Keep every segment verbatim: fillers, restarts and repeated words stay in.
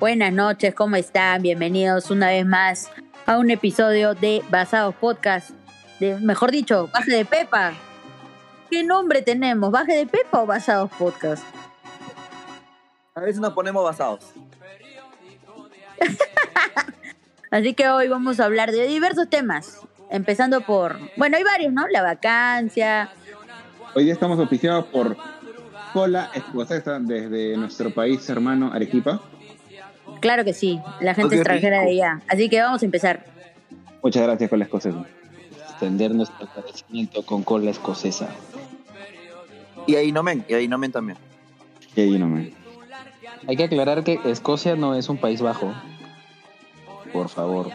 Buenas noches, ¿cómo están? Bienvenidos una vez más a un episodio de Basados Podcast. De, mejor dicho, Baje de Pepa. ¿Qué nombre tenemos? ¿Baje de Pepa o Basados Podcast? A veces nos ponemos basados. Así que hoy vamos a hablar de diversos temas. Empezando por... Bueno, hay varios, ¿no? La vacancia. Hoy día estamos auspiciados por Cola Escocesa desde nuestro país hermano Arequipa. Claro que sí, la gente Oh, extranjera rico. de allá. Así que vamos a empezar. Muchas gracias, Cola Escocesa. Extender nuestro agradecimiento con cola escocesa. Y ahí no men, y ahí no men también. Y ahí no me... Hay que aclarar que Escocia no es un país bajo. Por favor.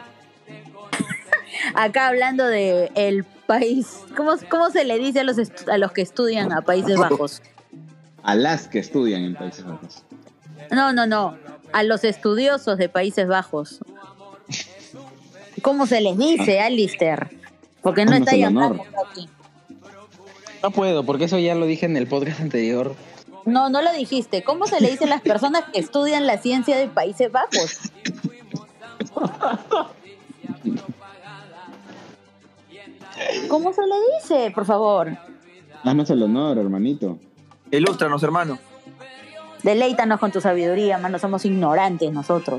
Acá hablando de el país, ¿cómo, cómo se le dice a los, estu- a los que estudian a Países Bajos? A las que estudian en Países Bajos. No, no, no, a los estudiosos de Países Bajos. ¿Cómo se les dice, Alistair? Porque no Haznos está el llamando honor. aquí. No puedo, porque eso ya lo dije en el podcast anterior. No, no lo dijiste. ¿Cómo se le dice a las personas que estudian la ciencia de Países Bajos? ¿Cómo se le dice, por favor? Haznos el honor, hermanito. Ilústranos, hermano. Deleítanos con tu sabiduría, mano. Somos ignorantes nosotros.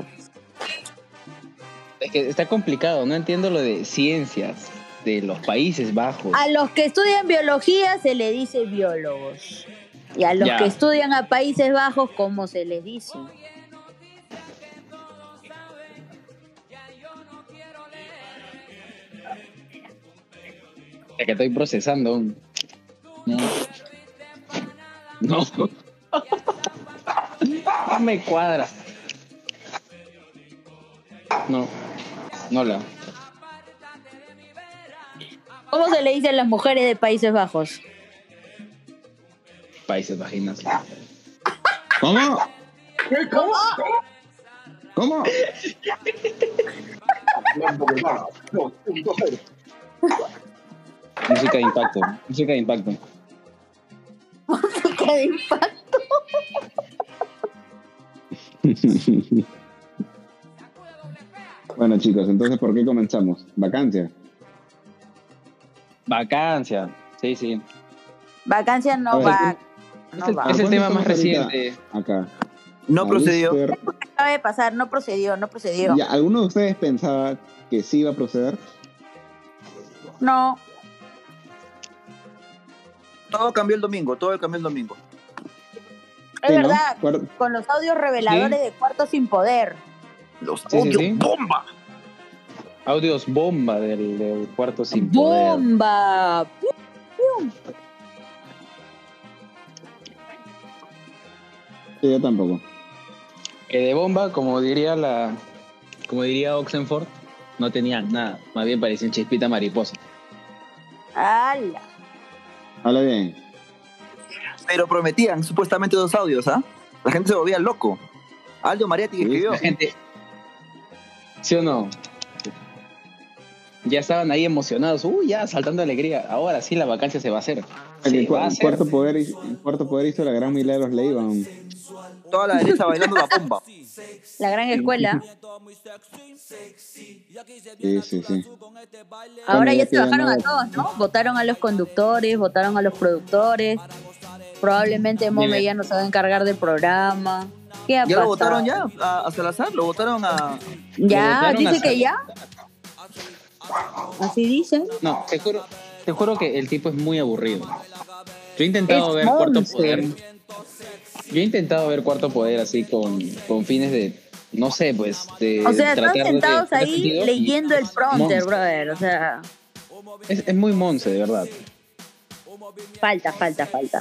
Es que está complicado, no entiendo lo de ciencias de los Países Bajos. A los que estudian biología se le dice biólogos. Y a los Ya. que estudian a Países Bajos, ¿cómo se les dice? Es que estoy procesando. No. No. No me cuadra. No. No la. ¿Cómo se le dice a las mujeres de Países Bajos? Países Vaginas. ¿Cómo? ¿Cómo? Música de impacto. Música de impacto. ¡Qué de impacto! Bueno, chicos, entonces, ¿por qué comenzamos? ¿Vacancia? Vacancia. Sí, sí. Vacancia no A ver, va. Es No el, va. es el ¿Cuándo tema más estamos ahorita? reciente. Acá. No procedió. Alistair. Acaba de pasar, no procedió, no procedió. Ya, ¿alguno de ustedes pensaba que sí iba a proceder? No. Todo cambió el domingo, todo cambió el domingo. Es Sí, ¿no? verdad, Cuar- con los audios reveladores Sí. de Cuarto Sin Poder. Los Sí, sí, audios sí. bomba. Audios bomba del, del cuarto sin poder. ¡Bomba! Sí, yo tampoco. Que de bomba, como diría la, como diría Oxenford, no tenía nada. Más bien parecía un chispita mariposa. ¡Hala! Habla bien. Pero prometían supuestamente dos audios, ¿ah? La gente se volvía loco. Aldo Mariatti Sí, escribió. La gente, ¿sí o no? Ya estaban ahí emocionados, uy, ya saltando de alegría. Ahora sí la vacancia se va a hacer. El, Se cu- va a el hacer. cuarto poder, el cuarto poder hizo la gran Milagros Leighton. Toda la derecha bailando la bomba. La gran escuela. Sí, sí, sí. Ahora Bueno, ya ya se queda bajaron a nada. todos, ¿no? Votaron a los conductores, votaron a los productores. Probablemente Mome Dime. ya no se va a encargar del programa. ¿Qué ha Ya lo pasado? votaron ya a, a Salazar, lo votaron a... Ya, votaron dice a que Sal- ya. Así dicen. No, te juro, te juro que el tipo es muy aburrido. Yo he intentado Es ver Cuarto Monse. Poder. Yo he intentado ver Cuarto Poder así con, con fines de, no sé, pues, de O sea, están tratar de sentados tener ahí sentido y leyendo el prompter, Monse. brother. O sea, Es, es muy monce, de verdad. falta, falta, falta.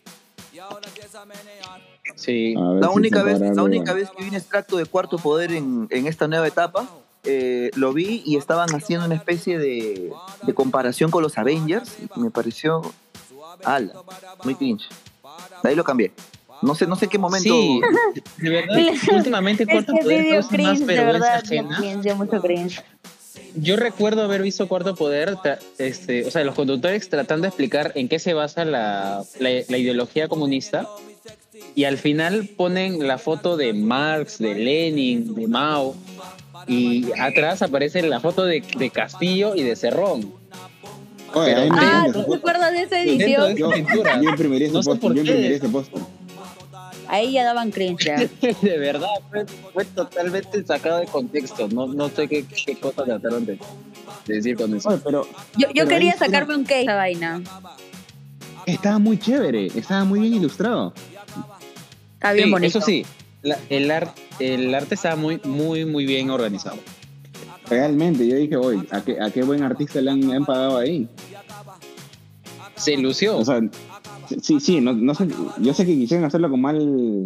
Sí. A ver La si única se vez, podrá la algo. única vez que vi un extracto de Cuarto Poder en, en esta nueva etapa, eh, lo vi y estaban haciendo una especie de, de comparación con los Avengers. Y me pareció ala, muy cringe. De ahí lo cambié. No sé, no sé en qué momento. Sí, de verdad, últimamente Es Cuarto que Poder sí dio causa más cringe, de vergüenza verdad. Dio ajena. cringe, dio mucho cringe. Yo recuerdo haber visto Cuarto Poder, tra- este, o sea, los conductores tratando de explicar en qué se basa la, la, la ideología comunista y al final ponen la foto de Marx, de Lenin, de Mao, y atrás aparece la foto de, de Castillo y de Cerrón. Oye, Pero- ahí me Ah, encanta ¿tú esa te foto. acuerdas de esa Dentro edición? de- Yo, pintura. yo imprimiría ese No sé póster, por yo qué. imprimiría ese póster. Ahí ya daban cringe. ya. De verdad, fue, fue totalmente sacado de contexto. No, no sé qué, qué cosa trataron de, de decir con eso. Oye, pero Yo, yo Pero quería ahí sí sacarme un cake esa vaina. estaba muy chévere, estaba muy bien ilustrado. Está bien Sí, bonito. eso sí, la- el, ar- el arte está muy, muy, muy bien organizado. Realmente, yo dije, oye, ¿a qué, a qué buen artista le han, le han pagado ahí? Se lució. O sea, sí, sí, no, no sé, yo sé que quisieron hacerlo con mal,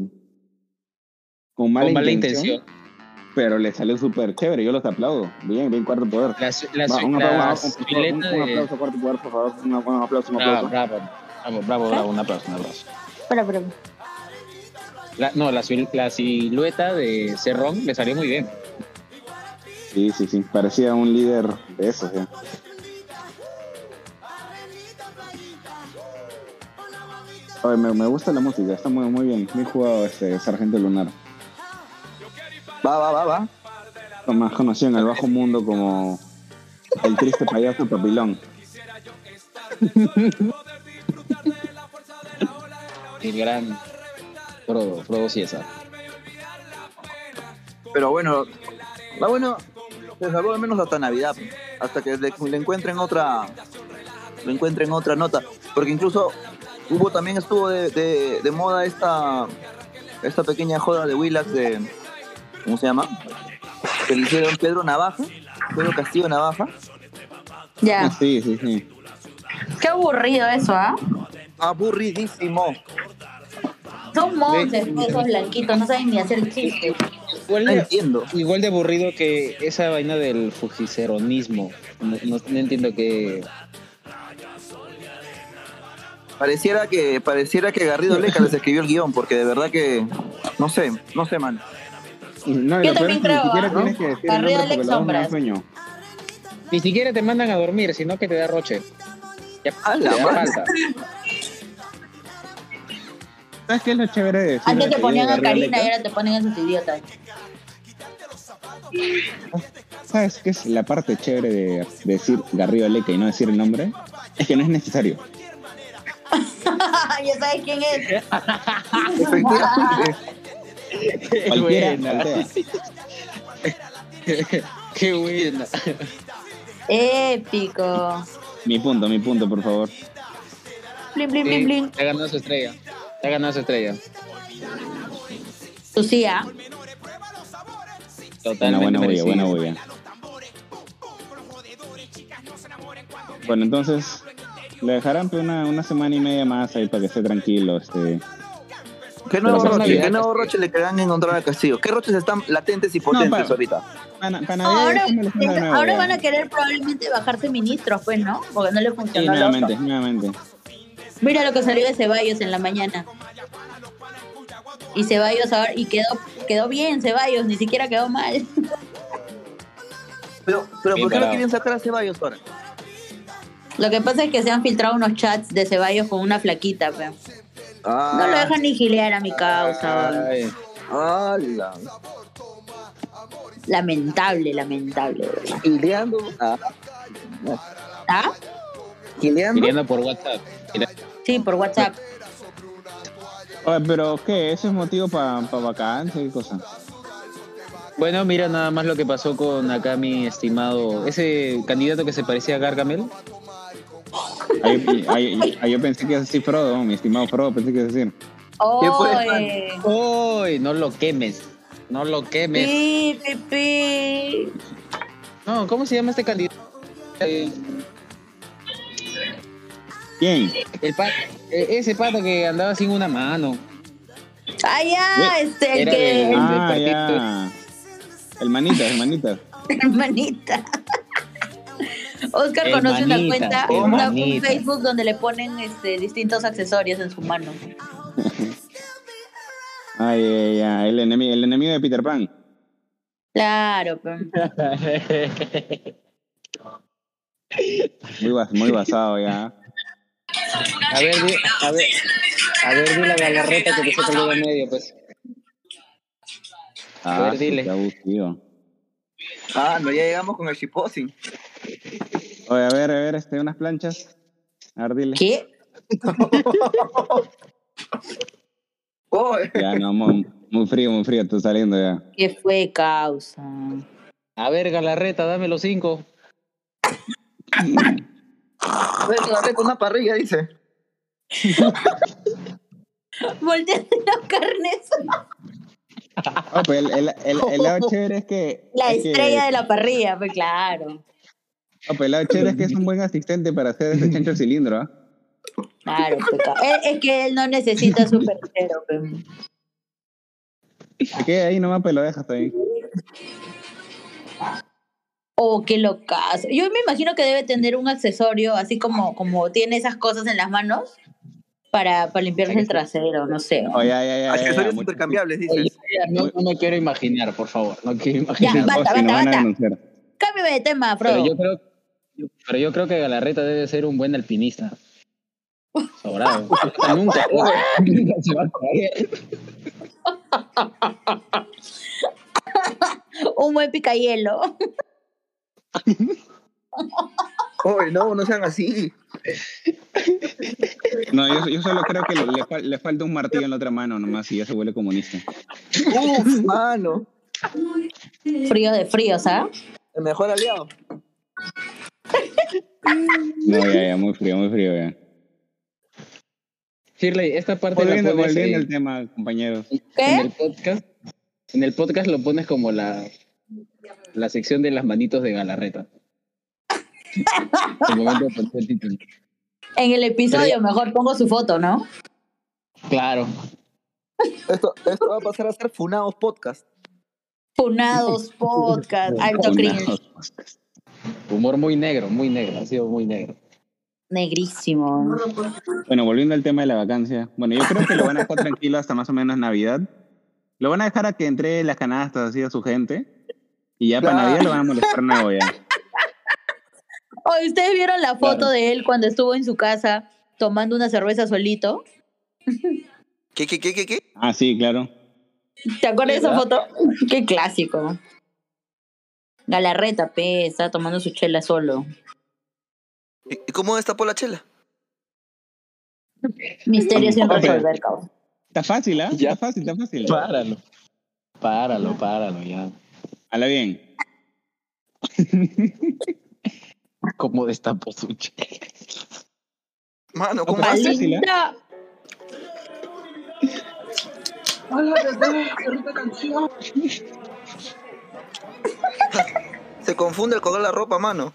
con mala, con mala intención, intención. pero le salió súper chévere, yo los aplaudo. Bien, bien, Cuarto Poder. La, su- la, Va, su- un, la aplauso, un, un- silueta un- un de... aplauso, Cuarto Poder, por favor. Un, un aplauso, un Bravo, aplauso. bravo, bravo, bravo, bravo, un aplauso, un aplauso. Espera, espera. La- no, la, sil- la silueta de Cerrón le salió muy bien. Sí, sí, sí, parecía un líder de esos, ya. Oye, me, me gusta la música, está muy, muy bien. Bien jugado este Sargento Lunar. Va, va, va, va. Más conocido en el bajo mundo como el triste payaso papilón. El gran Frodo, Frodo Ciesa. Pero bueno, va bueno, se salvó al menos hasta Navidad, hasta que le, le encuentren otra, le encuentren otra nota, porque incluso hubo también estuvo de, de, de moda esta, esta pequeña joda de Willax de, ¿cómo se llama? Que le hicieron Pedro Navaja, Pedro Castillo Navaja. Ya. Sí, sí, sí. Qué aburrido eso, ¿ah? Aburridísimo. Son montes, esos blanquitos, no saben ni hacer chistes. Igual No de, entiendo. igual de aburrido que esa vaina del fujiceronismo. No, no- no entiendo qué... Pareciera que, pareciera que Garrido Leca les escribió el guión, porque de verdad que, no sé, no sé, man. No, y Yo lo peor también es que ni creo, siquiera ¿ah? tienes que decir el Garrido nombre porque Lex luego me da Sombras. sueño. Ni siquiera te mandan a dormir, sino que te da roche. Ya, A la te da madre. falta. ¿Sabes qué es lo chévere de decir? Antes el te apellido ponían de a Garrido Karina y Leca? ahora te ponen a esos idiotas. ¿Sabes qué es la parte chévere de decir Garrido Leca y no decir el nombre? Es que no es necesario. Ya sabes quién es. Efectivamente. Cualquiera Buena. voltea. Qué buena. Épico. Mi punto, mi punto, por favor. Blin, blin, Sí, blin, blin. te ha ganado su estrella. Te ha ganado su estrella. Tú sí, ¿ah? Buena, Totalmente buena bulla, merecido. buena bulla. Bueno, entonces le dejarán pues, una, una semana y media más ahí para que esté tranquilo. Este. ¿Qué nuevo Pero roche? Navidad, ¿Qué nuevo Castillo. roche le querrán encontrar al Castillo? ¿Qué roches están latentes y potentes para- ahorita? Para, para No, Navidad ahora, ya estamos de nuevo, ahora ya. van a querer probablemente bajarse ministros, pues, ¿no? Porque no le Sí, funcionó el nuevamente, otro. nuevamente. Mira lo que salió de Ceballos en la mañana. Y Ceballos ahora, y quedó, quedó bien Ceballos, ni siquiera quedó mal. Pero, pero Bien ¿por qué no parado. quieren sacar a Ceballos ahora? Lo que pasa es que se han filtrado unos chats de Ceballos con una flaquita, pero Ah, no lo dejan ni gilear a mi causa. Ay, ¡Hala! Lamentable, lamentable, de verdad. Gileando. Ah, ¿Ah? gileando. Queriendo por WhatsApp. Mira, Sí, por WhatsApp. Oye, pero ¿qué? ¿Eso es motivo para pa vacancia y cosas? bueno, mira nada más lo que pasó con acá mi estimado, ese candidato que se parecía a Gargamel. Ahí, ahí- ahí yo pensé que ibas a decir Frodo, mi estimado Frodo, pensé que ibas a decir. ¿Qué fue, Oye. ¡Uy! No lo quemes. No lo quemes. Pi, pi, pi. No, ¿cómo se llama este candidato? Eh, ¿Quién? el pa- eh, ese pata que andaba sin una mano. Ah, ya, este, el Era que. de- El Ah, partido. ya. El manita, el manita. Hermanita. Oscar El conoce una manita, cuenta, el una- un manita. Facebook donde le ponen este, distintos accesorios en su mano. Ay, ay, ay, el enemigo, el enemigo de Peter Pan. Claro, pero Muy, bas- muy basado ya. A ver, di- a ver, A ver, dile a Galarreta que te saque el dedo medio, pues. A Ah, ver, dile. qué abusivo. Ah, no, ya llegamos con el shitposting. Oye, a ver, a ver, este, unas planchas. A ver, dile. ¿Qué? Oye, Ya, no, muy, muy frío, muy frío, tú saliendo ya. ¿Qué fue, causa? A ver, Galarreta, dame los cinco. reto, reto, una parrilla, dice. Volteate las carnes. Oh, pues el, el, el, el lado chévere es que... La es estrella que, de la parrilla, pues claro. Oh, pues el lado chévere es que es un buen asistente para hacer ese chancho al cilindro, ¿ah? Claro, pues, ca- es, es que él no necesita su perchero, pues. Se queda ahí nomás, pues lo dejas ahí. Oh, qué locazo. Yo me imagino que debe tener un accesorio, así como, como tiene esas cosas en las manos, para, para limpiarse el trasero, no sé. Oh, ya, ya, ya, ya, Accesorios mucho- intercambiables, Oye, dices. ya, no, no me quiero imaginar, por favor. No quiero Ya, imaginar. basta, Oh, si nos basta, van a basta. denunciar. Cámbiame de tema, Pero Frodo. yo creo, yo- pero yo creo que Galarreta debe ser un buen alpinista. Sobrado. Nunca, nunca se va a caer. Un buen picayelo. Oye, no, no sean así. No, yo, yo solo creo que le, le fal- le falta un martillo en la otra mano nomás y ya se vuelve comunista. Uf, mano. Frío de frío, ¿sabes? El mejor aliado. No, ya, ya, muy frío, muy frío, ya. Shirley, esta parte Volviendo, la pones volviendo en, al tema, compañeros. en el ¿Qué? podcast. En el podcast lo pones como la, la sección de las manitos de Galarreta. El momento de poner el título. En el episodio mejor pongo su foto, ¿no? Claro. Esto, esto va a pasar a ser Funados Podcast. Funados, podcast, alto cringe. Humor muy negro, muy negro. Ha sido muy negro. Negrísimo. Bueno, volviendo al tema de la vacancia. Bueno, yo creo que lo van a dejar tranquilo hasta más o menos Navidad. Lo van a dejar a que entre las canastas así a su gente. Y ya para Claro. Navidad lo van a molestar nuevo ya. Oye, ¿ustedes vieron la foto Claro. de él cuando estuvo en su casa tomando una cerveza solito? ¿Qué, qué, qué, qué, qué? Ah, sí, claro. ¿Te acuerdas de esa ¿Verdad? foto? Qué clásico. Galarreta, pe, está tomando su chela solo. ¿Y y cómo destapó la chela? Misterio sin Oye. resolver, cabrón. Está fácil, ¿ah? Ya. Está fácil, está fácil. Páralo. Páralo, páralo, ya. Hala bien. ¿Cómo destapó su chela? Mano, ¿cómo Ah, haces? fácil, ¿eh? Palinda. Se confunde el color de la ropa, mano.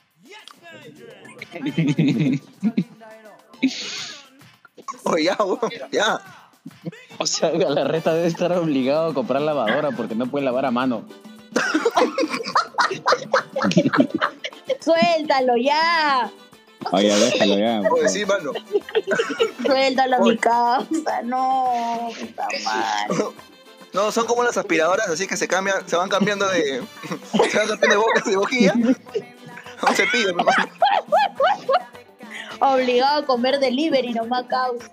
Oye, ya, weón, ya. O sea, Galarreta debe estar obligado a comprar lavadora porque no puede lavar a mano. Suéltalo ya. Oye, déjalo ya. por Oye, favor. sí, mano. Suéltalo a mi Oye. causa. No, puta madre. No, son como las aspiradoras, así que se cambian, se van cambiando de. Se van cambiando de boca, de bojilla. A un cepillo, mi mano. Obligado a comer delivery nomás causa.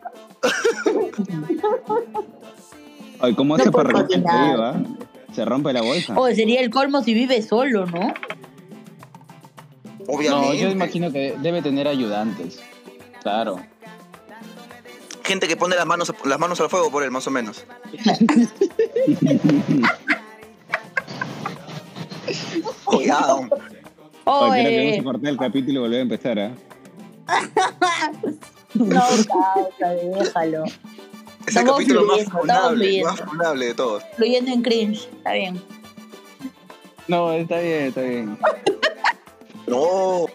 Oye, ¿cómo No hace puedo para recoger el cocinar. pedido, ah? Se rompe la bolsa. O sería el colmo si vive solo, ¿no? Obviamente. No, yo imagino que debe tener ayudantes. Claro. Gente que pone las manos, las manos al fuego por él, más o menos. Cuidado. Oye, creo que vamos Oye, a cortar el capítulo y volver a empezar, ¿ah? no, causa, déjalo. Es el Estamos capítulo más fluyendo, estamos funable, fluyendo. más funable de todos. Fluyendo en cringe, está bien. No, está bien, está bien. No.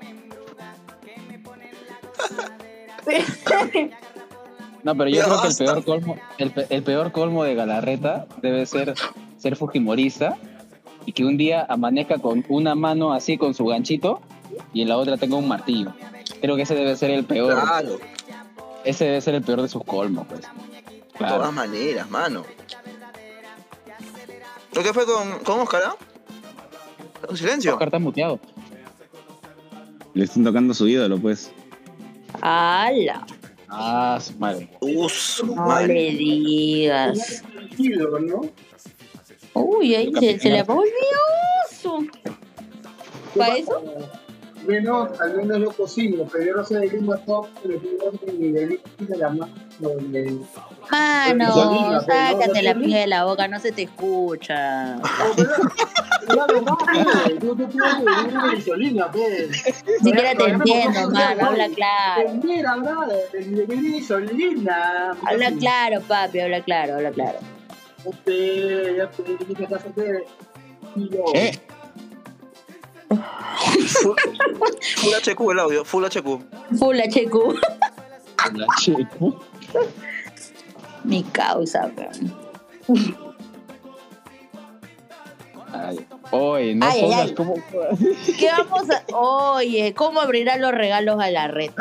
No, pero yo Ya creo que el basta. peor colmo, el, pe- el peor colmo de Galarreta debe ser ser fujimorista y que un día amanezca con una mano así con su ganchito y en la otra tenga un martillo. Creo que ese debe ser el peor. Claro. Ese debe ser el peor de sus colmos, pues. De Claro. todas maneras, mano. ¿Lo que fue con, con Oscar, ah? Un silencio. Oscar está muteado. Le están tocando su ídolo, pues. ¡Hala! Ah, su madre. Uh, su No madre. le digas. Tranquilo, ¿no? Uy, ahí se, se le apagó el oso. ¿Para eso? Menos, al menos lo posible, pero yo no sé de qué mató, pero yo ni de de la mano. de- Mano, Gasolina, pero no, sácate no la tiene- pija de la boca, no se te escucha. No, pero- La verdad, pues, tú tú tienes que vivir de gasolina, pues. Ni siquiera te Todavía me entiendo, pasó mano, con- habla claro. Mira, brother, de vivir de gasolina. Habla claro, papi, habla claro, habla claro. Usted, ya te dije que casa de. ¿Qué? Full, full H Q el audio, full H Q. Full H Q. La chico. Mi causa, weón. Ay, oye, no Ay, ay, pongas ay. como. ¿Qué vamos a...? Oye, ¿cómo abrirá los regalos a la red?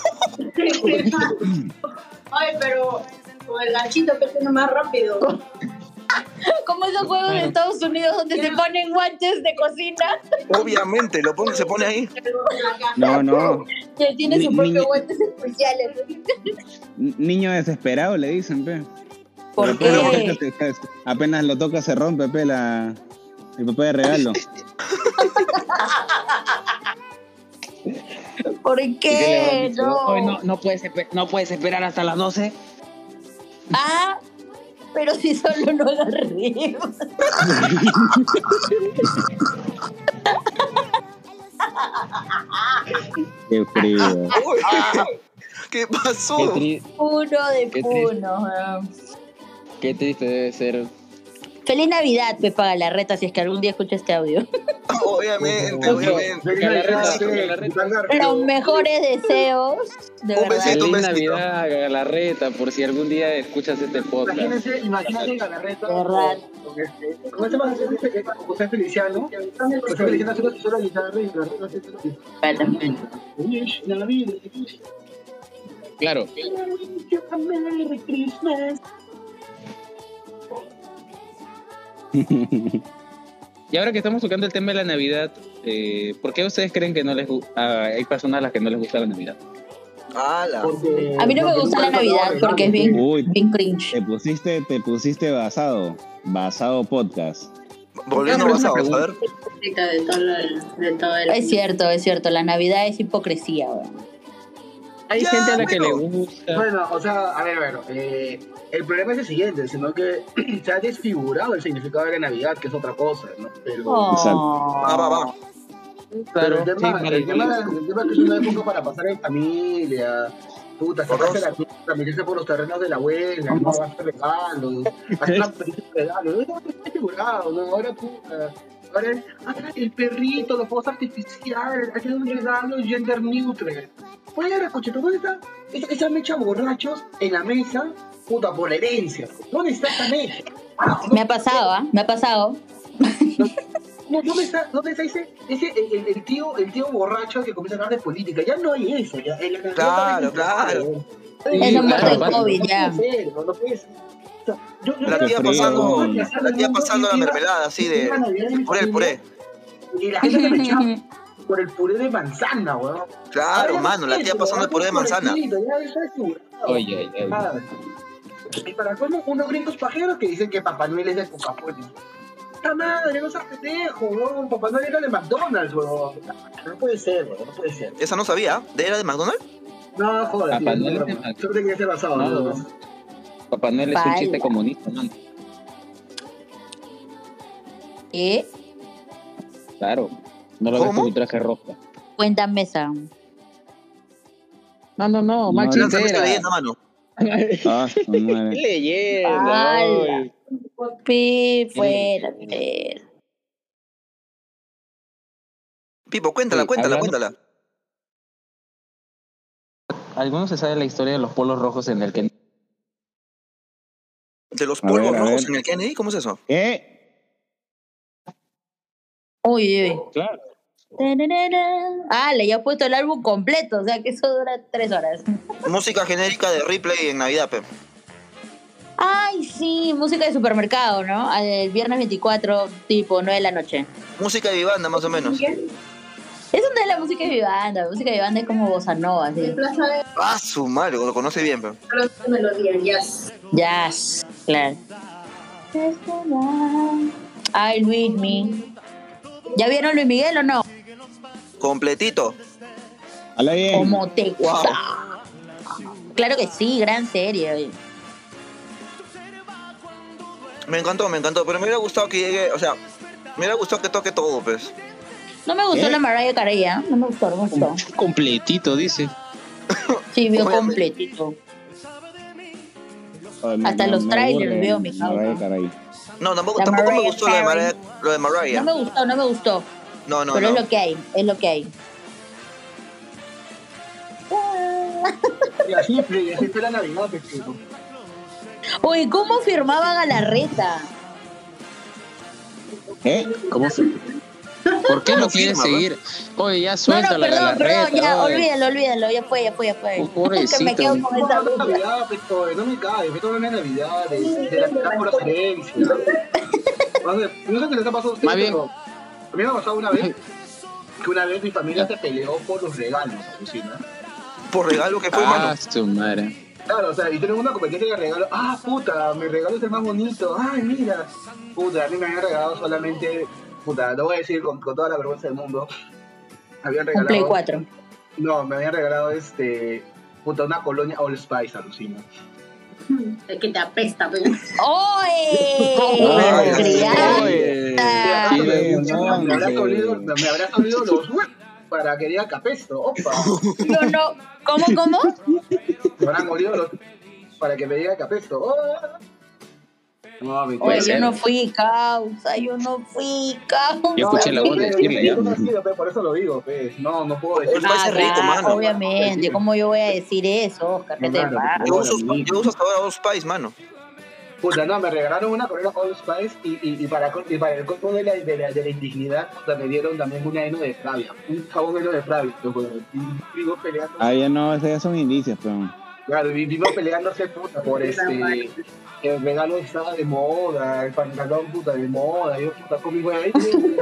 Ay, pero con el ganchito que tiene más rápido. Como esos juegos de Estados Unidos donde se ponen guantes de cocina, Obviamente, lo pone, se pone ahí. No, no. que tiene Ni- sus propios niña- guantes especiales. N- Niño desesperado le dicen, pe. ¿Por Apenas lo qué? toca, se- apenas lo toca se rompe, pe, la, el papel de regalo. ¿Por ¿Qué le qué? habrán dicho? No. Oye, no, no, puedes, esper- no puedes esperar hasta las doce. Ah, pero si solo no agarré. Qué frío. Uy, ¿qué pasó? Qué, tri- Uno de Qué puno. weón. qué triste debe ser. Feliz Navidad, Pepa Galarreta, si es que algún día escucha este audio. Obviamente, Ojo. obviamente. Galarreta, Galarreta. Los mejores deseos, de Un verdad. besito. Feliz besito. Navidad, Galarreta, por si algún día escuchas este podcast. Imagínense, imagínate Galarreta Verdad. con, con este, con este más este que es José Feliciano, José Feliciano haciendo su sola guitarra y Galarreta haciendo su Espérate. Feliz Navidad, Claro. Merry Christmas. Y ahora que estamos tocando el tema de la Navidad, eh, ¿por qué ustedes creen que no les gu- ah, hay personas a las que no les gusta la Navidad? Ala. Porque- A mí no me porque gusta nunca la han Navidad tocado porque es regalos. bien, Uy, bien cringe. te pusiste, te pusiste basado. Basado podcast. Volviendo Una basados, a ver. De todo el, de todo el... Es cierto, es cierto, la Navidad es hipocresía. weón. Hay Ya, gente a la que le bueno. gusta. Bueno, o sea, a ver, a ver, eh, el problema es el siguiente, sino que se ha desfigurado el significado de la Navidad, que es otra cosa, ¿no? Pero, Oh. Va, va, va. pero el, Claro, tema, sí, el, tema, vale. el tema es que es una época para pasar en familia, puta, sacarse Correcto. la puta, meterse por los terrenos de la abuela, no hacer regalos, hacer una película de regalos, no, está desfigurado, ¿no? Ahora puta. Ahora es, ah, el perrito, los fuegos artificiales, hacer un regalo gender neutral. Oye, ahora, coche, ¿dónde está esa, esa mecha borrachos en la mesa? Puta, por la herencia. ¿Dónde está esa mecha? Me ha pasado, ¿ah? Me ha pasado. No, ¿dónde está, dónde está ese, ese el, el- el tío, el tío borracho que comienza a hablar de política? Ya no hay eso, ya. En la Navidad Claro, no hay claro. eso. Eso muerto de claro, COVID, no ya. puede ser, no, no puede ser. O sea, yo- yo- La yo- tía frío, pasando, ¿no? la tía pasando la mermelada así de Iba a Navidad en mi puré, el puré. familia Y la gente se me echaba por el puré de manzana, weón. Claro, Ahora mano, la ya tía no pasando el puré de por manzana. escrito, ya eso es seguro. Oye, oye, oye. Ah, Y para colmo, unos gringos pajeros que dicen que Papá Noel es de Coca-Cola. ¡Esta madre, no seas pendejo, weón! Papá Noel era de McDonald's, weón. No puede ser, weón, no puede ser. Esa no sabía. ¿De era de McDonald's? No, joder, Papá tío, Noel no, es de no. McDonald's. Solo tenía que ser basado, No, ¿no? no. Papá Noel es un Pala. chiste comunista, man. ¿Eh? Claro. No lo ves ¿Cómo? con tu traje rojo. Cuéntame esa. No, no, no, mal No, Lánzame esta chistera. leyenda, mano. Ah, su ¡Qué madre. leyenda! Ala. oye. Pi, fuera, fuera. Pipo, cuéntala, Sí, cuéntala, hablando- cuéntala. ¿Algunos se sabe la historia de los polos rojos en el que De los A polvos ver, a rojos ver. en el Kennedy, ¿cómo es eso? ¿Qué? Uy, uy. Claro. Ah, le ya he puesto el álbum completo, o sea que eso dura tres horas. Música genérica de replay en Navidad, pe. Ay, sí, música de supermercado, ¿no? El viernes veinticuatro, tipo nueve de la noche. Música de vivanda, más o menos. Eso no no es la música de mi banda. La música de mi banda es como bossa nova, En así. Plaza de Ah, su madre, lo conoce bien, pero. Carlos de Melodía, jazz. Jazz, claro. Ay, Luis Mi. ¿Ya vieron Luis Miguel o no? Completito. Habla bien. Como te Wow. gusta. Claro que sí, gran serie. Me encantó, me encantó, pero me hubiera gustado que llegue, o sea, me hubiera gustado que toque todo, pues. No me gustó ¿Qué? la Mariah Carey, ¿eh? No me gustó, no me gustó. Completito, dice. Sí, vio Obviamente. completito. Ay, me- Hasta me- los me trailers aburre veo, mi causa. Mariah Carey. No, tampoco, La tampoco me Mariah gustó lo de, Carey. Mariah, lo de Mariah. No me gustó, no me gustó. No, no, pero no. es lo que hay, es lo que hay. Y así, y así fue la Navidad, pues, chico. Uy, ¿cómo firmaba Galarreta? ¿Eh? ¿Cómo fue? ¿Por qué ¿Cómo lo quieres firma, seguir? Oye, ya No, suelta no, la perdón, perdón, galarreta. ya, oye. olvídalo, olvídalo, ya fue, ya fue, ya fue. Oh, pobrecito. Que me quedo con esa No, no, duda. Navidad, pues, oye, no me caes, me toca la Navidad, de, de la Navidad por excelencia. No sé, no sé qué les ha pasado a ustedes, Más bien- pero a mí me ha pasado una vez que una vez mi familia se peleó por los regalos, alucina. Por regalo que fue, Ah, mano. su madre. Claro, o sea, y tenemos una competencia de regalos. Ah, puta, mi regalo es el más bonito. Ay, mira. Puta, a mí me habían regalado solamente, puta, lo voy a decir con, con toda la vergüenza del mundo. Me habían Un regalado. Play cuatro. No, me habían regalado este, puta, una colonia All Spice, alucina. El que te apesta, pero. ¡Oye! Ay, ¡Criada! Oye. Ah, Sí, me, no, me habrá sí. dolido, me, me habrá dolido los huevos para que diga capesto. Opa. No, no. ¿Cómo, cómo? Me habrán dolido los para que me diga capesto. Oh. No, mi Oye, yo ser. no fui causa, yo no fui causa. Yo escuché la voz de decirle, ya. Yo no he sido, pe, por eso lo digo, pues. No, no puedo decir. All Spice es rico, claro, mano. obviamente. ¿Cómo yo voy a decir eso, Oscar? ¿Qué te Claro, pasa? Yo uso, Ahora, yo uso hasta ahora All Spice, mano. Puta, no, me regalaron una corona All Spice y, y, y, para, y para el colmo de la, de, la, de la indignidad, puta, me dieron también una heno de Flavia. Un jabón heno de Flavia. Loco, y vivo peleando. Ah, ya no, esos ya son indicios, pero. Claro, y vivo peleándose, puta, por este. El regalo estaba de moda, el pantalón, puta, de moda. Yo, puta, con mi güey.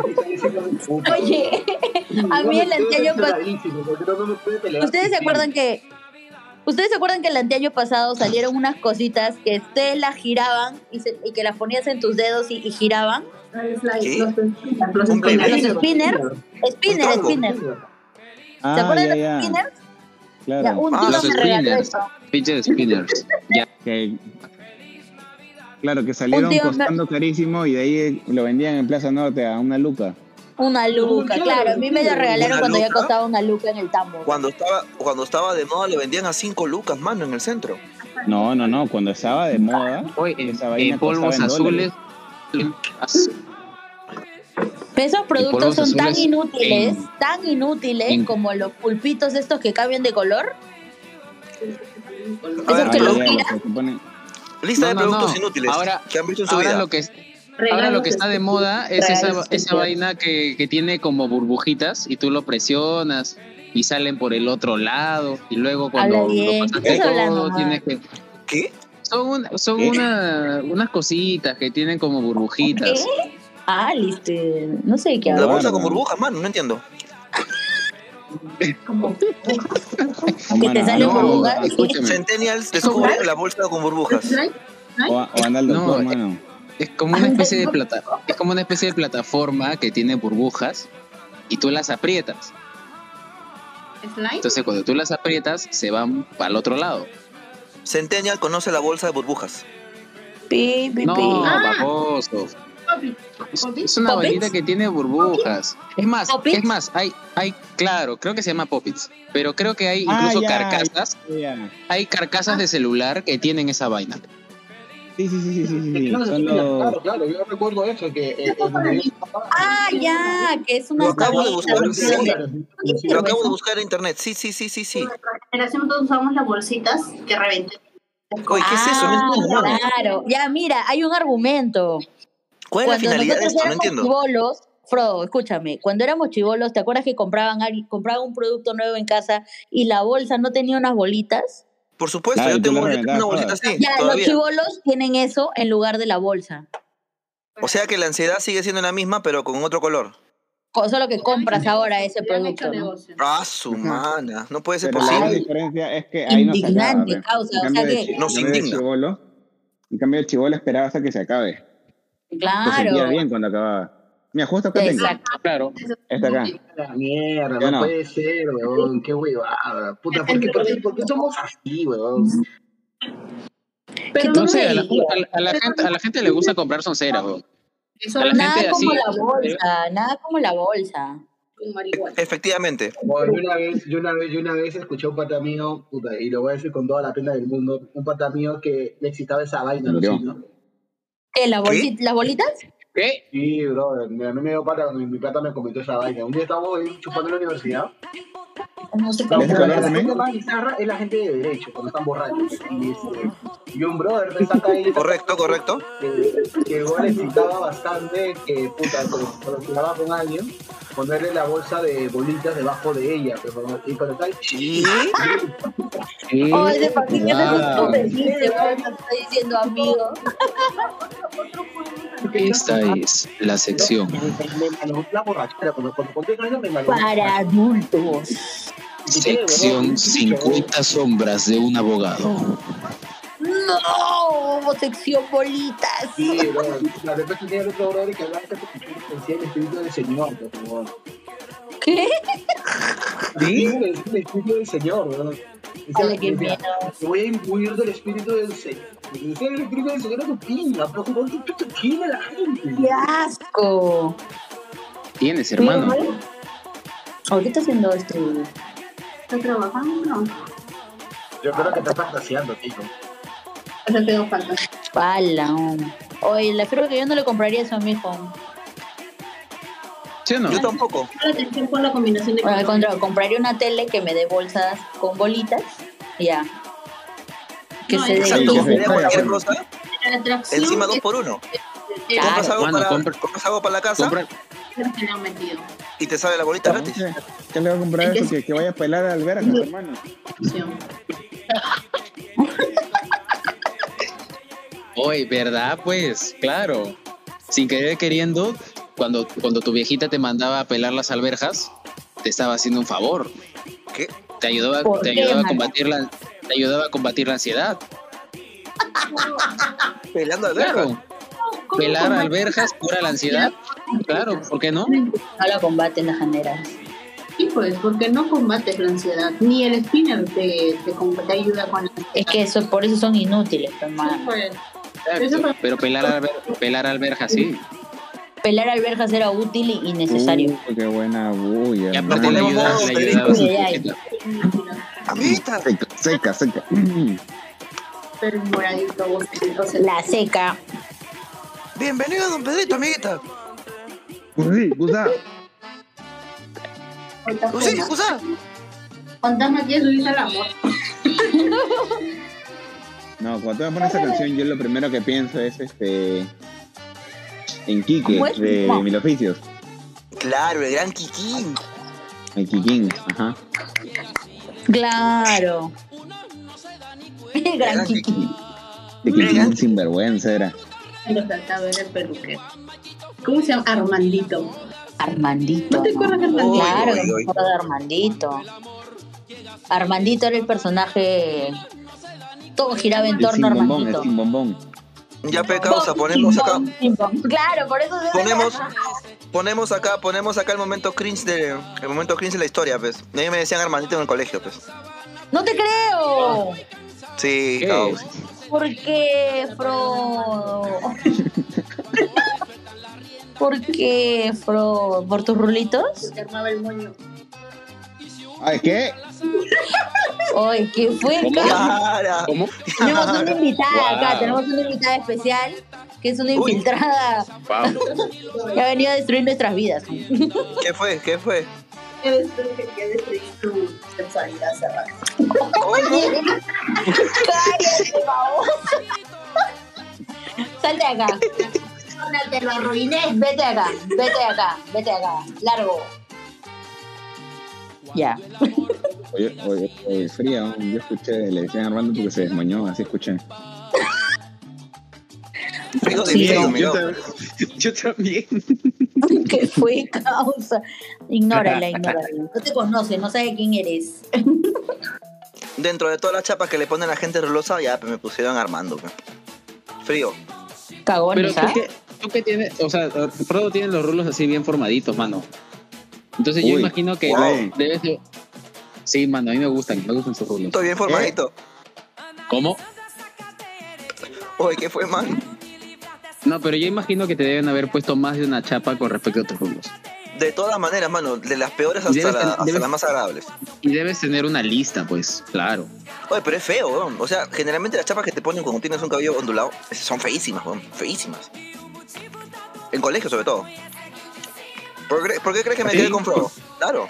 Oye, a mí el anteaño pasado. ¿Ustedes se acuerdan que ¿Ustedes se acuerdan que el anteaño pasado salieron unas cositas que ustedes las giraban y, se- y que las ponías en tus dedos y, y giraban? ¿Qué? Los spinners, los Un Play spinners. Los spinners. Spinner, Un tango. spinner. ¿Se Ah, acuerdan ya, de los ya. spinners? Ya, Claro. un Ah, tío los me regaló spinners. eso. Fidget spinners. Ya. Que, claro, que salieron tío me- costando carísimo y de ahí lo vendían en Plaza Norte a una luca. Una luca, Claro, claro. A mí me lo regalaron ¿Una cuando ya luca? costaba una luca en el tambo. Cuando estaba, cuando estaba de moda lo vendían a cinco lucas, mano, en el centro. No, no, no. Cuando estaba de moda, Oye, en, esa vaina en polvos costaba en azules. Az- Pero esos productos polvos son tan azules inútiles, en- tan inútiles en- como los pulpitos estos que cambian de color. A Esos ver, Ah, que ya, los ya, giras. los que ponen- Lista No, de no, productos no. inútiles Ahora- que han visto en su Ahora vida. lo que es Ahora lo que está de moda es esa, esa vaina que, que tiene como burbujitas y tú lo presionas y salen por el otro lado y luego cuando Habla bien. lo ¿Qué pasaste estás hablando, todo ma? tienes que... ¿Qué? Son, un- son ¿Qué? una, unas cositas que tienen como burbujitas. ¿Qué? Ah, listo. No sé de qué La hablo. bolsa Bárbaro. con burbujas, mano, no entiendo. Que te salen no, burbujas. escúchame. Centennials descubre la bolsa con burbujas. O, o anda al doctor, No, mano. Es como una especie de plata, es como una especie de plataforma que tiene burbujas y tú las aprietas. ¿Slime? Entonces cuando tú las aprietas se van para el otro lado. Centennial conoce la bolsa de burbujas. Pi, pi, No, pi. Ah. baboso. Papi, Es, papi. es una ¿Poppits? vainita que tiene burbujas. Es más, ¿Poppits? es más, hay, hay, claro, creo que se llama Poppits, pero creo que hay Ah, incluso ya, carcasas, ya. hay carcasas de celular que tienen esa vaina. Sí, sí, sí, sí, sí, sí. Claro, Son los... claro, claro, yo recuerdo eso, que eh, eh, Ah, ya, que es una Lo acabo de buscar, tablita. sí. Lo acabo de buscar en internet. Sí, sí, sí, sí, sí. En nuestra generación todos usamos las bolsitas que reventan. Oye, ¿qué es eso? No Ah, entiendo, mano. claro. Ya, mira, hay un argumento. ¿Cuál es la Cuando finalidad de nosotros esto? No éramos entiendo. chibolos, Frodo, escúchame, cuando éramos chibolos, ¿te acuerdas que compraban, algo- compraban un producto nuevo en casa y la bolsa no tenía unas bolitas? Por supuesto, Claro, yo y tú tengo, la yo tengo una reventabas bolsita todas. así, Ya, los todavía. chibolos tienen eso en lugar de la bolsa. O sea que la ansiedad sigue siendo la misma, pero con otro color. Co- Solo que compras ahora ese Ya han hecho producto, ¿no? negocio. Ah, su mana. No puede ser Pero la gran posible. diferencia es que ahí no se acaba. Indignante, pe. causa, En o cambio sea de, que- chi- en No se cambio de indigna. chibolo, en cambio de chibolo esperaba hasta que se acabe. Te sentías Claro. bien cuando acababa. Mira, justo acá tengo. Exacto. Claro. Esta acá. La mierda, Yo no, no. puede ser, weón, qué huevada. Puta, ¿por qué, por qué, por qué somos así, weón? Pero No no sé, me a la, digas. a la- a la gente, a la gente le gusta comprar sonceras, weón. Eso A la Nada gente como así. la bolsa, nada como la bolsa. con marihuana. Efectivamente. Bueno, yo una vez, yo una vez, yo una vez escuché a un pata mío, puta, y lo voy a decir con toda la pena del mundo, un pata mío que le excitaba esa vaina, Yo. Lucino. ¿Qué, la bolsita, las bolitas? ¿Qué? Sí, bro, a mí me dio pata cuando mi pata me comentó esa vaina. Un día estábamos ahí chupando en la universidad. No sé ¿De cómo. ese La, color la también? gente más bizarra es la gente de derecho, cuando están borrachos. Y, este, y un brother me saca ahí. Correcto, correcto. Que, que igual le excitaba bastante, que puta, cuando cuando se daba con alguien, ponerle la bolsa de bolitas debajo de ella. Pero, y cuando está ahí, Sí. Oh, ese paquete que Wow. te dice, te estoy diciendo amigo. Esta es la sección. Me, me, me malogró la borrachera, cuando, cuando conté con ella me malogró. Para adultos. Sección cincuenta sombras de un abogado. No, sección bolitas. Sí, bro. La después tenía el otro brother que hablaba de que decía el espíritu del Señor, por favor. ¿Qué? Sí, el espíritu del Señor, bro. Dale, qué Decía, miedo. te voy a imbuir del espíritu del Señor. Y decía el espíritu del Señor a tu pinga, pero ¿por qué te china la gente? ¡Qué asco! Tienes, hermano. Ahorita haciendo este. ¿Está trabajando? Yo creo que estás fantaseando, tío. Eso tengo falta. Pala. Oye, le creo que yo no le compraría eso a mi hijo. ¿Sí o no? Yo tampoco. La atención por la combinación de Bueno, al colores. contrario, compraría una tele que me dé bolsas con bolitas. y Ya. Que No, se dé. Exacto. Sí, Quería sí, cualquier sí. cosa, La atracción encima dos es- por uno. es- Compras Claro, algo, mano, para, compra- compras algo para la casa Compra, es que le han metido. y te sale la bolita ¿Qué, gratis. ¿Qué le va a comprar eso? Que, que vaya a pelar a alberjas, hermano. Atención. Oye, ¿verdad? Pues, claro. Sin querer queriendo, cuando, cuando tu viejita te mandaba a pelar las alberjas, te estaba haciendo un favor. ¿Qué? Te ayudaba, ¿Por te qué, ayudaba a mano? combatir la, te ayudaba a combatir la ansiedad. Pelando alberjas. Claro. ¿Cómo Pelar combate? alberjas cura la ansiedad. Claro, ¿por qué no? No la combaten las janeras. Sí, pues, porque no combates la ansiedad. Ni el spinner te, te, com- te ayuda con la ansiedad. Es que eso, por eso son inútiles, Sí, hermano. pues. Exacto. Pero pelar, alber- pelar alberjas sí. Pelar alberjas era útil y y necesario. Uy, qué buena bulla, Y aparte le hermano. ayudaba, le Ay, ayudaba a su ay, ay. viejita. Amiguita. Seca, seca, seca. Pero moradito, bostito, o sea, La seca. Bienvenido, don Pedrito, amiguita. Pues sí, Gusa. ahorita Pues sí, como- José. Fantasma quiere subirse al amor. No, cuando tú me pones esa canción, yo lo primero que pienso es este. En Quique, ¿Cómo es? de No. Mil Oficios. Claro, el gran Kikín. El Kikín, ajá. Claro. El gran Gran Kiki. De Kikín sinvergüenza era. Lo trataba, era el peluquero. ¿Cómo se llama? Armandito. Armandito. ¿No te acuerdas de Armandito? Claro, Uy, que uy, me uy. acuerdo de Armandito. Armandito era el personaje. Todo giraba en El torno sin a bombón, el Armandito. sin bombón. Ya pe causa, ponemos acá, Ping pong. Claro, por eso se ponemos, ponemos acá, ponemos acá el momento cringe de, el momento cringe de la historia, pues. A mí me decían Armandito en el colegio, pues. ¡No te creo! Sí, ¿Qué? causa. ¿Por qué, Fro? ¿Por qué, Fro? ¿Por tus rulitos? Se armaba el moño. Ay, ¿qué? Oye, ¿qué fue? ¿Cómo? Clara. ¿Cómo? Tenemos una invitada acá, Wow. tenemos una invitada especial que es una Uy. infiltrada Wow. que ha venido a destruir nuestras vidas. ¿Qué fue? ¿Qué fue? Ya destruí, ya destruí tu sexualidad hace rato. Oye, cállate, babosa. Salte de acá. Te lo arruiné. Vete de acá, vete de acá, vete de acá. Largo. Ya. Oye, oye, oye, fría, yo escuché, le decían a Armando porque se desmañó, así escuché. Frío de Sí, miedo, no, mi yo, loco. tam- yo también. ¿Qué fue, causa? Ignórala, ignórala. No te conoce, no sabe quién eres. Dentro de todas las chapas que le ponen a la gente rolosa, ya pues, me pusieron Armando. Pues. Frío. Pero Cagones, tú ¿ah? que, tú que tienes, o sea, Frodo tiene los rulos así bien formaditos, mano. Entonces yo Uy, imagino que wow. debe ser... Sí, mano, a mí me gustan, me gustan sus rulos. Estoy bien formadito. ¿Cómo? Oye, ¿qué fue, man? No, pero yo imagino que te deben haber puesto más de una chapa con respecto a tus rulos. De todas maneras, mano, de las peores Y hasta, debes- la- hasta debes- las más agradables. Y debes tener una lista, pues, claro. Oye, pero es feo, weón. O sea, generalmente las chapas que te ponen cuando tienes un cabello ondulado son feísimas, weón. Feísimas. En colegio, sobre todo. ¿Por qué, por qué crees que me ¿Sí? quedé con Frodo? Claro.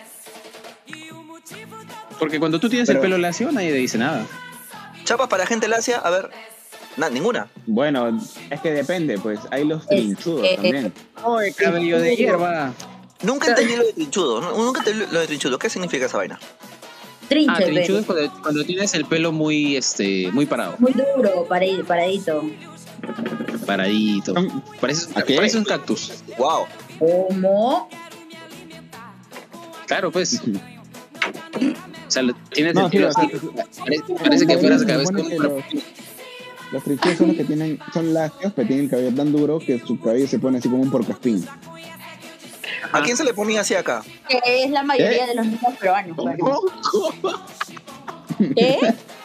Porque cuando tú tienes Pero- el pelo lacio, nadie te dice nada. Chapas para gente lacia, a ver. Nada, ninguna. Bueno, es que depende, pues hay los trinchudos que- también. Oye, cabello de hierba. Nunca entendí lo de trinchudo. ¿no? Nunca entendí lo de trinchudo. ¿Qué significa esa vaina? Trinche, Ah, trinchudo es pero cuando, cuando tienes el pelo muy, este, muy parado. muy duro, paradi- paradito. Paradito. Parece, ¿A qué? parece un cactus. Wow. ¿Cómo? Claro, pues. O sea, lo- tienes No, el sí, pelo o sea, así. Parece, parece que fueras Se cabeza supone de que un los, los trinchudos son los que tienen, son lacios, pero tienen el cabello tan duro que su cabello se pone así como un porcoespín. ¿A quién se le ponía así acá? Que es la mayoría ¿Eh? de los niños peruanos. claro. ¿Qué?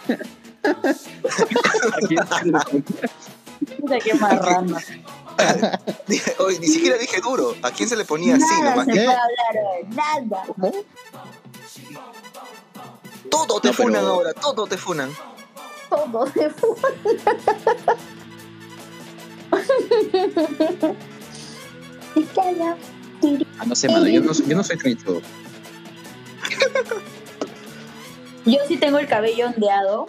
Puta, qué marrano. Dije, oye, ni siquiera dije duro. ¿A quién se le ponía así Nada nomás? se ¿Qué? puede hablar hoy, nada. Todo te No, pero- funan ahora, todo te funan. Todo se fue. Y calla. Ah, no sé, mano, yo no, yo no soy trinchudo. Yo sí tengo el cabello ondeado.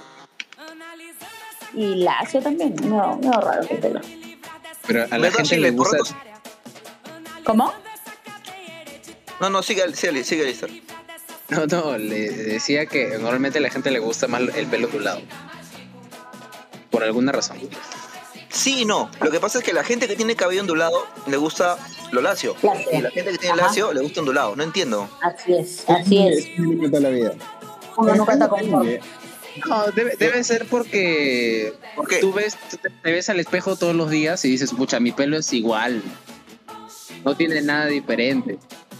Y lacio también. No, no raro que pelo. Pero a la ¿Verdad, gente Chile? le Por gusta. ratos- ¿Cómo? No, no, sigue, sigue, sigue, Lister. No, no, le decía que normalmente a la gente le gusta más el pelo ondulado. Por alguna razón. Sí y no. Lo que pasa es que la gente que tiene cabello ondulado le gusta lo lacio. Lacio. Y la gente que tiene Ajá. lacio le gusta ondulado. No entiendo. Así es, así es. Es toda la vida. Uno nunca está conforme. No, debe, debe ser porque ¿Por qué? tú ves, tú te te ves al espejo todos los días y dices, pucha, mi pelo es igual. No tiene nada diferente.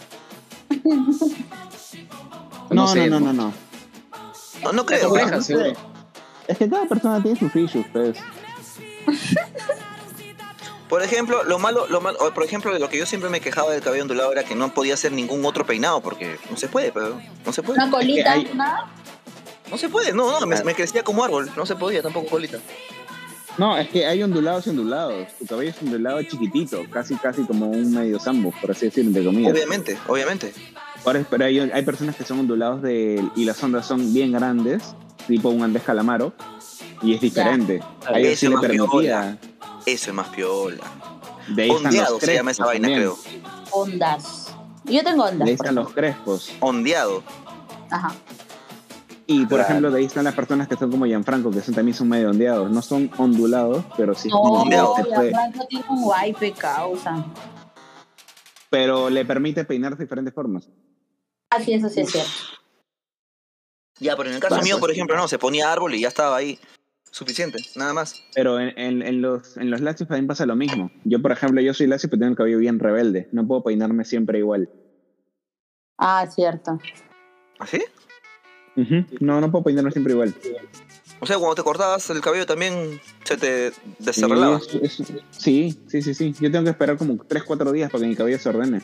No, sé, no, no, no, no. No, no Te creo. complejas, ¿no? seguro. Es que cada persona tiene sus issues, pues. Por ejemplo, lo malo, lo malo, o por ejemplo, de lo que yo siempre me quejaba del cabello ondulado era que no podía hacer ningún otro peinado porque no se puede, pero no se puede. Una colita, hay- nada. No se puede, no, no, me, me crecía como árbol, no se podía tampoco colita. No, es que hay ondulados y ondulados. Tu cabello es ondulado chiquitito, casi casi como un medio sambo, por así decirlo, entre comillas. Obviamente, obviamente. Ahora, pero hay, hay personas que son ondulados de, y las ondas son bien grandes, tipo un Andrés Calamaro, y es diferente. A ellos Eso sí es le más permitía. Eso es más piola. De ahí están Ondeado los se llama esa crespos vaina, también. creo. Ondas. Yo tengo De ondas. ahí por están ejemplo. los crespos. Ondeado. Ajá. Y por Claro. ejemplo, de ahí están las personas que son como Gianfranco, que son, también son medio ondeados. No son ondulados, pero sí es como No, ondeado. que se puede- la Franco tiene un wipe causa. pero le permite peinar de diferentes formas. Así es, así es cierto. Ya, pero en el caso Claro, mío, pues. por ejemplo, no, se ponía árbol y ya estaba ahí. Suficiente, nada más. Pero en, en, en los, en los lacios también pasa lo mismo. Yo, por ejemplo, yo soy lacio, pero tengo el cabello bien rebelde. No puedo peinarme siempre igual. Ah, cierto. ¿Así? Ujú. No, no puedo peinarme siempre igual. O sea, cuando te cortabas el cabello también se te desarreglaba. Sí, es- es- sí, sí, sí, sí. Yo tengo que esperar como tres cuatro días para que mi cabello se ordene.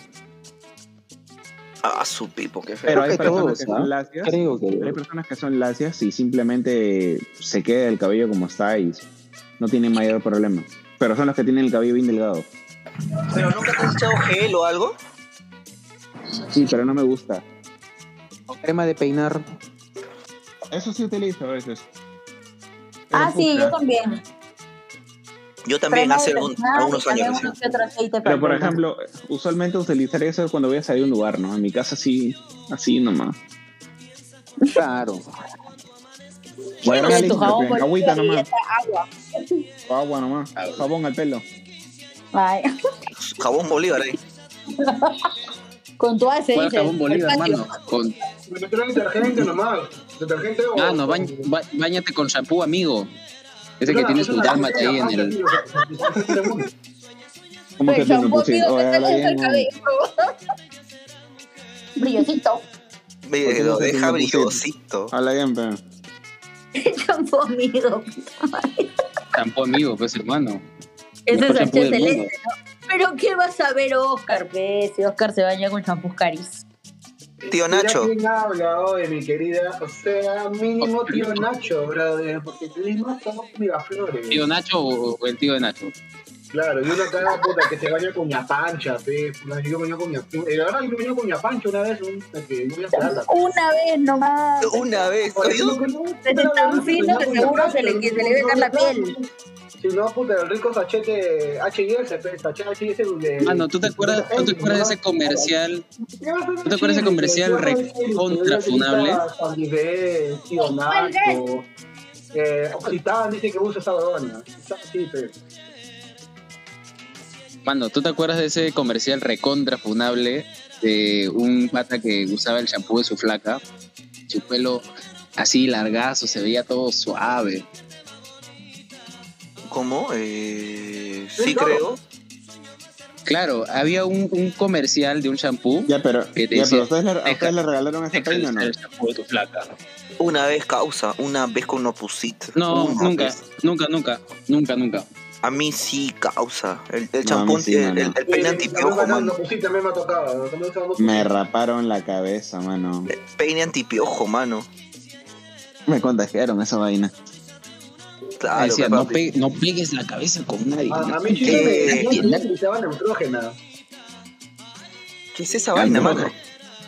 Ah, su pipo, qué feo. Pero hay que personas todos, que ¿ah? son lacias. Creo que... Hay personas que son lacias y simplemente se queda el cabello como está y no tienen mayor problema. Pero son los que tienen el cabello bien delgado. Pero nunca te has echado gel o algo. Sí, pero no me gusta. Crema de peinar. Eso sí utilizo a veces. Ah, Pero, sí, puta, yo también. Yo también Crema hace de algún- peinar algunos y también años uno recién. que otro aceite para Pero por peinar. ejemplo, usualmente utilizaré eso cuando voy a salir a un lugar, ¿no? En mi casa sí, así nomás. Claro. Bueno, Agarra tu limpio, jabón pe. Bolívar Agüita y nomás. esta agua. O agua nomás. Jabón al pelo. Ay, Jabón Bolívar ahí. con tu ace, ¿Cuál dice. jabón Bolívar, espacio. mano? Con... Me metieron detergente nomás. Detergente o. Ah, no, bañ- ba- bañate con shampoo, amigo. Ese que Una- tiene es su una dálmata botella ahí en aparte, el... tío, que- que- que- que- ¿Cómo que El tú no shampoo, pusiste? amigo, Oye, que habla sale del bien. cabello. Brillosito. Me ¿Por qué lo no se deja tiene pusito? brillosito. Habla bien, pe. El shampoo, amigo. Shampoo, amigo, pues, hermano. Ese Mejor es shampoo el del celeste, mundo. ¿no? Pero ¿qué vas a ver, Oscar, pe? Si Oscar se baña con champús caris. Tío Mira Nacho. quién habla hoy, mi querida. O sea, mínimo tío Nacho, brother. Porque tú mismo somos Miraflores. ¿Tío Nacho o o el tío de Nacho? Claro, y uno acá, puta, que se baña con ñapancha, pe. Yo me baño con ñapancha. La verdad, yo me baño con ñapancha una vez, un, que yo voy a quedarla. Una vez nomás. Una vez. Oye, oye, no, que no, Ese es tan fino que seguro se le, que se le debe caer la piel. Si no, puta, el rico sachete H I S, pe, sachete H I S donde... Mano, ¿tú te acuerdas, ¿tú te acuerdas de ese comercial? ¿Tú te acuerdas de ese comercial recontra funable? San Miguel, Tío Nacho, eh, Occitán dice que usa esa huevona. Sí, pe. Mano, ¿tú te acuerdas de ese comercial recontra funable de un pata que usaba el shampoo de su flaca? Su pelo así largazo, se veía todo suave. ¿Cómo? Eh, sí, Sí, claro. creo. Claro, había un, un comercial de un shampoo. Ya, pero, ¿Qué te ya, decía? pero ¿ustedes le, ¿a Deja- ustedes le regalaron ese Deja de peine o no? usar el shampoo de tu flaca. Una vez causa, una vez con Opusite. No, Una nunca, vez. nunca, nunca, nunca, nunca. A mí sí causa. El, el No, a champú, mí sí, el, mano. el, el peine antipiojo, mano. Sí, también me ha tocado. También me ha tocado. Me raparon la cabeza, mano. Peine antipiojo, mano. Me contagiaron esa vaina. Claro, Decía, pe, no, papi. pe- no pegues la cabeza con nadie. A, ¿no? a mí sí ¿Qué? me me utilizaban neutrógena. ¿Qué es esa vaina, no. mano?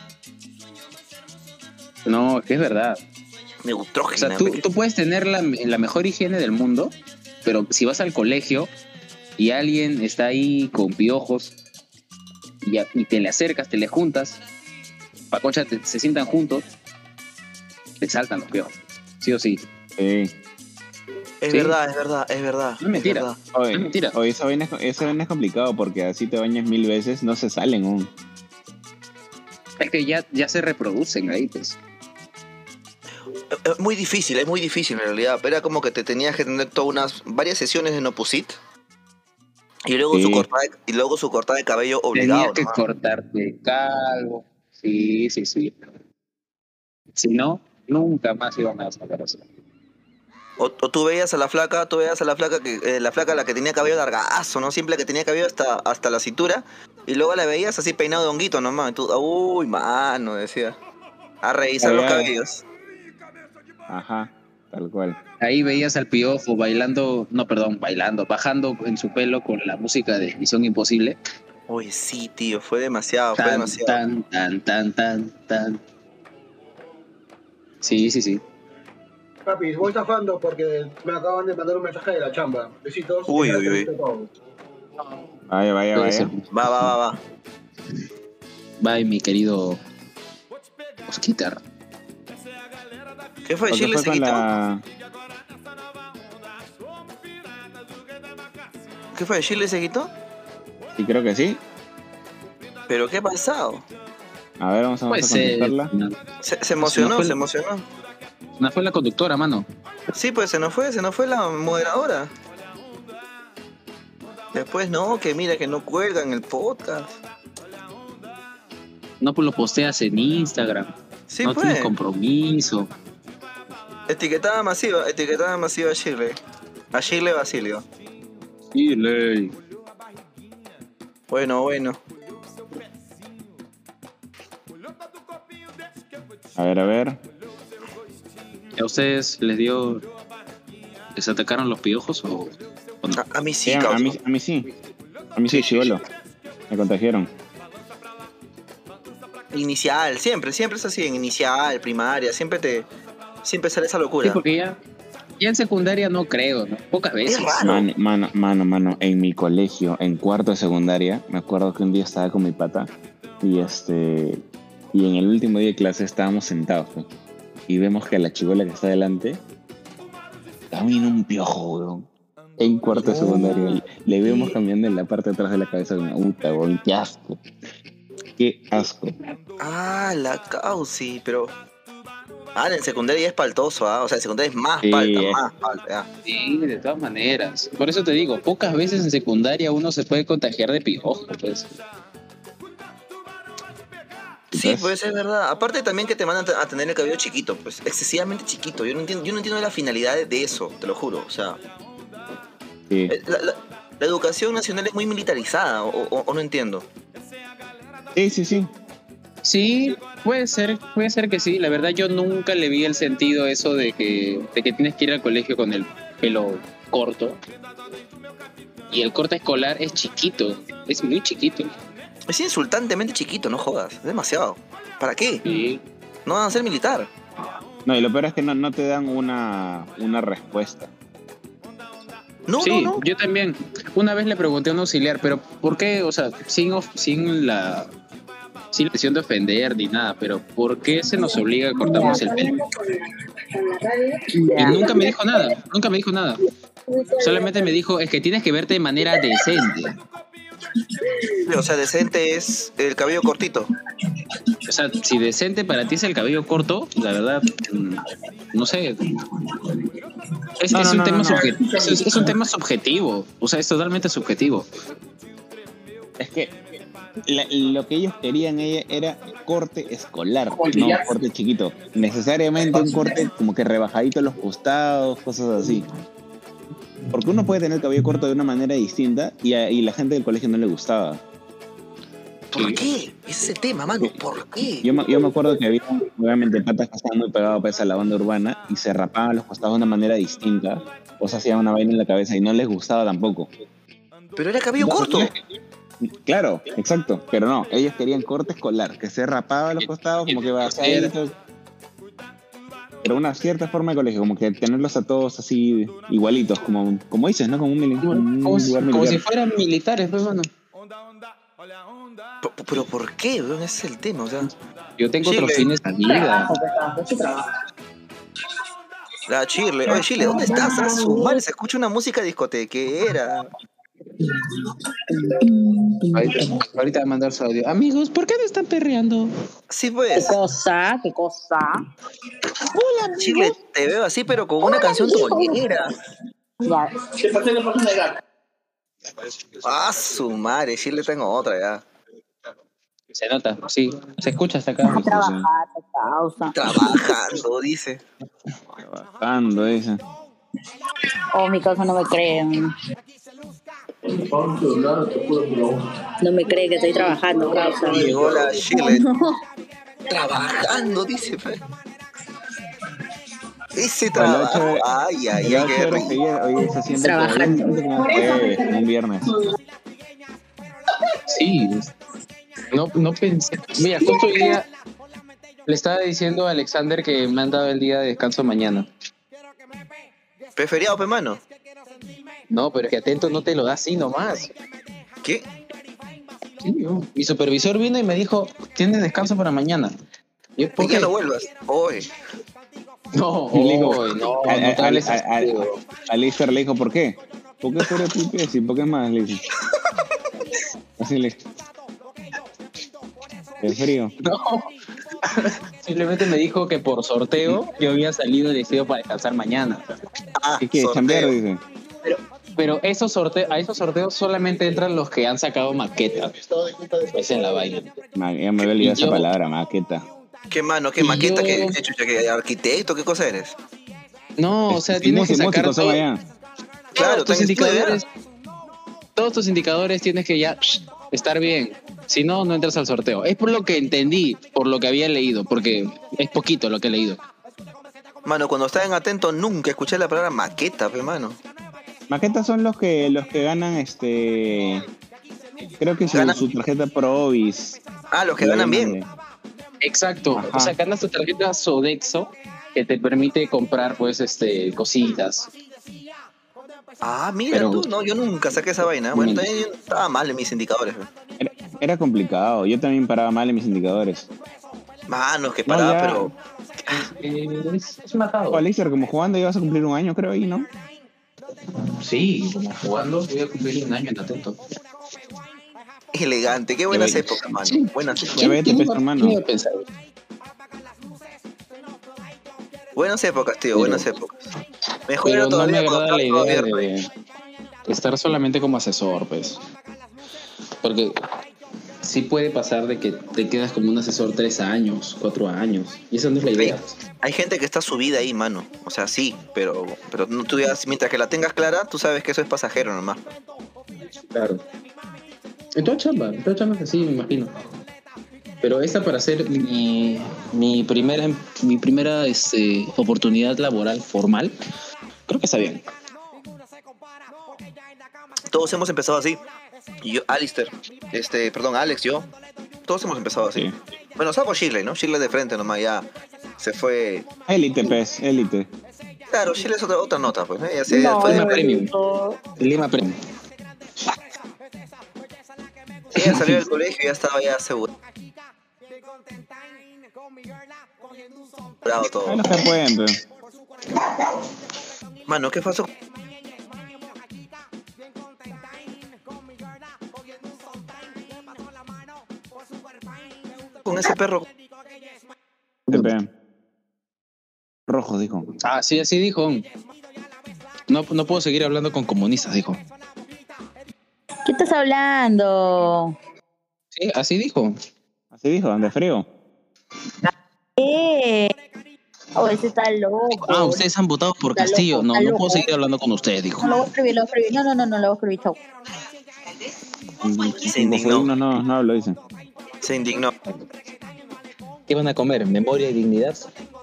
No, es que es verdad. O Neutrógena. sea, tú, pe, que- tú puedes tener la, la mejor higiene del mundo, pero si vas al colegio y alguien está ahí con piojos y, a- y te le acercas, te le juntas, pa' concha, te- se sientan juntos, te saltan los piojos. Sí o sí. Sí. Es sí. verdad, es verdad, es verdad. No es mentira. verdad. Oye, Es mentira. oye, esa vaina, es- esa vaina es complicado porque así te bañas mil veces, no se salen aún. Es que ya, ya se reproducen ahí, pues. Es muy difícil, es muy difícil en realidad. Pero era como que te tenías que tener todas unas varias sesiones de Nopusit. Y luego Sí. su cortada de, y luego su cortada de cabello obligado. Tenías que ¿no? cortarte calvo. Sí, sí, sí. Si no, nunca más iban a sacar eso. O, o tú veías a la flaca, tú veías a la flaca que eh, la flaca la que tenía cabello largazo, ¿no? Siempre que tenía cabello hasta, hasta la cintura. Y luego la veías así peinado de honguito nomás. Y tú, uy, mano, decía. A revisar los Ay, ay. cabellos. Ajá, tal cual. Ahí veías al piojo bailando, no, perdón, bailando, bajando en su pelo con la música de Misión Imposible. Uy, sí, tío, fue demasiado, fue Tan, demasiado. tan, tan, tan, tan, tan. Sí, sí, sí. Papi, voy zafando porque me acaban de mandar un mensaje de la chamba. Besitos. Uy, Y uy, uy. todo. Vaya, vaya, Puede ser. vaya. Va, va, va, va. Bye, mi querido Osquitar. ¿Qué fue? ¿O qué ¿Chile fue se con quitó? la... ¿Qué fue? ¿Chile se quitó? Sí, creo que sí. ¿Pero qué ha pasado? A ver, vamos a, vamos a Pues eh, contestarla. no, Se, se emocionó, No fue- se emocionó. no fue la conductora, mano. Sí, pues se nos fue, se nos fue la moderadora. Después no, que mira que no cuelgan el podcast. No, pues lo posteas en Instagram. Sí, no pues. tienes compromiso. Etiquetada masiva, etiquetada masiva a Chile. A Chile Basilio. Sí, ley. Bueno, bueno. A ver, a ver. ¿A ustedes les dio... les atacaron los piojos o, o no? A, a mí sí, Sí, a, a causa. mí, a mí sí. A mí sí, chivolo. Me contagiaron. Inicial, siempre, siempre es así, en inicial, primaria, siempre te... Siempre sale esa Sí, locura. porque ya, ya en secundaria no creo, ¿no? Pocas veces. Es raro. Mano, mano, mano, mano, en mi colegio, en cuarto de secundaria, me acuerdo que un día estaba con mi pata y este y en el último día de clase estábamos sentados, ¿no? Y vemos que la chibola que está delante camina un piojo, weón. En cuarto de secundaria. Le, le vemos cambiando en la parte de atrás de la cabeza de una puta, weón. Qué asco. Qué asco. Ah, la causi, pero... Ah, en secundaria es paltoso, ¿ah? O sea, en secundaria es más Sí, palta, es- más palta. ah. Sí, de todas maneras. Por eso te digo, pocas veces en secundaria uno se puede contagiar de piojo, pues. Sí, pues es verdad. Aparte también que te mandan a tener el cabello chiquito, pues excesivamente chiquito. Yo no entiendo, yo no entiendo la finalidad de eso, te lo juro. O sea, Sí. eh, la, la- la educación nacional es muy militarizada, o, o- o no entiendo. Sí, sí, sí. Sí, puede ser, puede ser que sí. La verdad yo nunca le vi el sentido a eso de que, de que tienes que ir al colegio con el pelo corto. Y el corte escolar es chiquito, es muy chiquito. Es insultantemente chiquito, no jodas. Es demasiado. ¿Para qué? Sí. No van a ser militar. No, y lo peor es que no, no te dan una, una respuesta. No, sí, no, no. yo también. Una vez le pregunté a un auxiliar, pero ¿por qué? O sea, sin, of- sin la sin la intención de ofender ni nada, pero ¿por qué se nos obliga a cortarnos el pelo? Y nunca me dijo nada, nunca me dijo nada. Solamente me dijo, es que tienes que verte de manera decente. O sea, decente es el cabello cortito. O sea, si decente para ti es el cabello corto, la verdad, mm, no sé. Es, No, es no, un no, tema no, no. subje- es- es un tema subjetivo. O sea, es totalmente subjetivo. Es que la- lo que ellos querían ella era corte escolar, Oye, no ya- corte chiquito. Necesariamente un corte como que rebajadito a los costados, cosas así. Porque uno puede tener el cabello corto de una manera distinta y a y la gente del colegio no le gustaba. ¿Por Sí. qué? Ese es el tema, mano. ¿Por qué? Yo me, yo me acuerdo que había obviamente patas que estaban muy pegados pues, a la banda urbana y se rapaban los costados de una manera distinta. O se hacían una vaina en la cabeza y no les gustaba tampoco. Pero era cabello corto. Claro, exacto, pero no, ellos querían corte escolar, que se rapaba los costados, como que bajaditos. Pero una cierta forma de colegio, como que tenerlos a todos así igualitos, como, como dices, ¿no? Como un, mili- un Como, si- lugar como si militar. fueran militares, pues, mano. P- Pero ¿por qué, weón? Ese es el tema, o sea. Yo tengo Sí, otros le- fines de vida. Trabajo, trabajo, es trabajo. La Chile. Oye, Chile, ¿dónde estás? A su madre, se escucha una música discotequera. Ahorita, ahorita va a mandar su audio. Amigos, ¿por qué no están perreando? Sí, ¿Qué pues. cosa? ¿Qué cosa? Chile, te veo así, pero con una canción toñera. Ya. ¿Qué pasé la página de Gak? Ah, su madre, Chile tengo otra ya. Se nota, sí. Se escucha hasta acá. A trabajar, causa. Trabajando, dice. Trabajando, esa. Oh, mi causa no me cree. mm. Pon tu celular, te juro que lo- No me cree que estoy trabajando, causa. Llegó la Chile. No. Trabajando, dice. pe. Ese Lo trabajo. chévere- Ay, ay, Lo ay, qué chévere es que rico. ella hoy se siente como, Trabajando. se siente como un jueves, como un viernes. Sí. No, no pensé. Mira, justo hoy día le estaba diciendo a Alexander que me han dado el día de descanso mañana. Preferiado, pe, mano. No, pero es que atento no te lo da así nomás. ¿Qué? Sí, yo- Mi supervisor vino y me dijo, tienes descanso para mañana. Yo, ¿por ¿Por qué qué? no vuelvas? Hoy. No, Y le dijo, oy, no, a- no a- te hables a- así, a- weón. a Lister le dijo, ¿por qué? ¿Por qué fuera tu pies? ¿Y por qué más? Le dice. Así le de frío. No. Simplemente me dijo que por sorteo yo había salido elegido para descansar mañana. Ah, ¿Qué quiere? Chambear, sorteo. dice. Pero esos sorte a esos sorteos solamente entran los que han sacado maqueta. Esa es la vaina. Ma- Ya me había olvidado Y yo- esa palabra, maqueta. ¿Qué mano? ¿Qué Y maqueta? yo- ¿Qué, qué chucha? ¿Qué arquitecto? ¿Qué cosa eres? No, o sea, Sí, tienes que músico, sacar músico, todo- son allá. Claro, todos tus tengo estudio, indicadores. Todos tus indicadores tienes que ya psh, estar bien. Si no, no entras al sorteo. Es por lo que entendí, por lo que había leído, porque es poquito lo que he leído. Mano, cuando estaban atentos nunca escuché la palabra maqueta, pe, mano. Maquetas son los que los que ganan este creo que su, Ganan- su tarjeta Provis. Ah, los que ganan bien. Exacto. Ajá. O sea, ganas tu tarjeta Sodexo que te permite comprar, pues, este, cositas. Ah, mira Pero- tú, no, yo nunca saqué esa vaina. Bueno, también estaba mal en mis indicadores. pe. Era, era complicado, yo también paraba mal en mis indicadores. Mano, que No, paraba, ya. pero es, es matado. O Alicer, como jugando ibas a cumplir un año, creo, ahí, ¿no? Sí, como jugando voy a cumplir un año en atento. Elegante, qué buenas Ya ve- épocas, mano. Sí. Buenas Ya épocas. vete, pues, hermano. ¿Quién iba a pensar? Buenas épocas, tío, Pero- buenas épocas. Mejor Pero era no me todavía cuando agrada la estaba idea abierto. de estar solamente como asesor, pues. Porque sí puede pasar de que te quedas como un asesor tres años, cuatro años. Y esa no es la idea. pues. Hay gente que está subida ahí, mano. O sea, sí, pero, pero no, tú ya, mientras que la tengas clara, tú sabes que eso es pasajero nomás. Claro. En toda chamba, en toda chamba es así, me imagino. Pero esta para ser mi, mi primera, mi primera este, oportunidad laboral formal, creo que está bien. Todos hemos empezado así. Y yo, Alistair, este, perdón, Alex, yo, todos hemos empezado así. Sí. Bueno, salvo Shirley, ¿no? Shirley de frente nomás ya se fue. Élite, pues, élite. Claro, Shirley es otra, otra nota, pues. ¿eh? Ella se No, fue de Lima no, Premium. no. Lima Premium. Ella salió del colegio y ya estaba ya segura. Bravo todo. Ahí los que pueden, pues. Mano, ¿qué pasó? Con ese perro. Te pegan. Rojo, dijo. Ah, sí, así dijo. No, no puedo seguir hablando con comunistas, dijo. ¿Qué estás hablando? Sí, así dijo. Así dijo, de frío. ¿Qué? Oh, ese está loco. Ah, ustedes han votado por Está Castillo. loco, No, está no loco. puedo seguir hablando con ustedes, dijo. No, lo voy a escribir, lo voy a escribir. No, no, no, no, lo voy a escribir, chau. Se indignó. No, no, no hablo, dicen. Se indignó. ¿Qué van a comer? ¿Memoria y dignidad?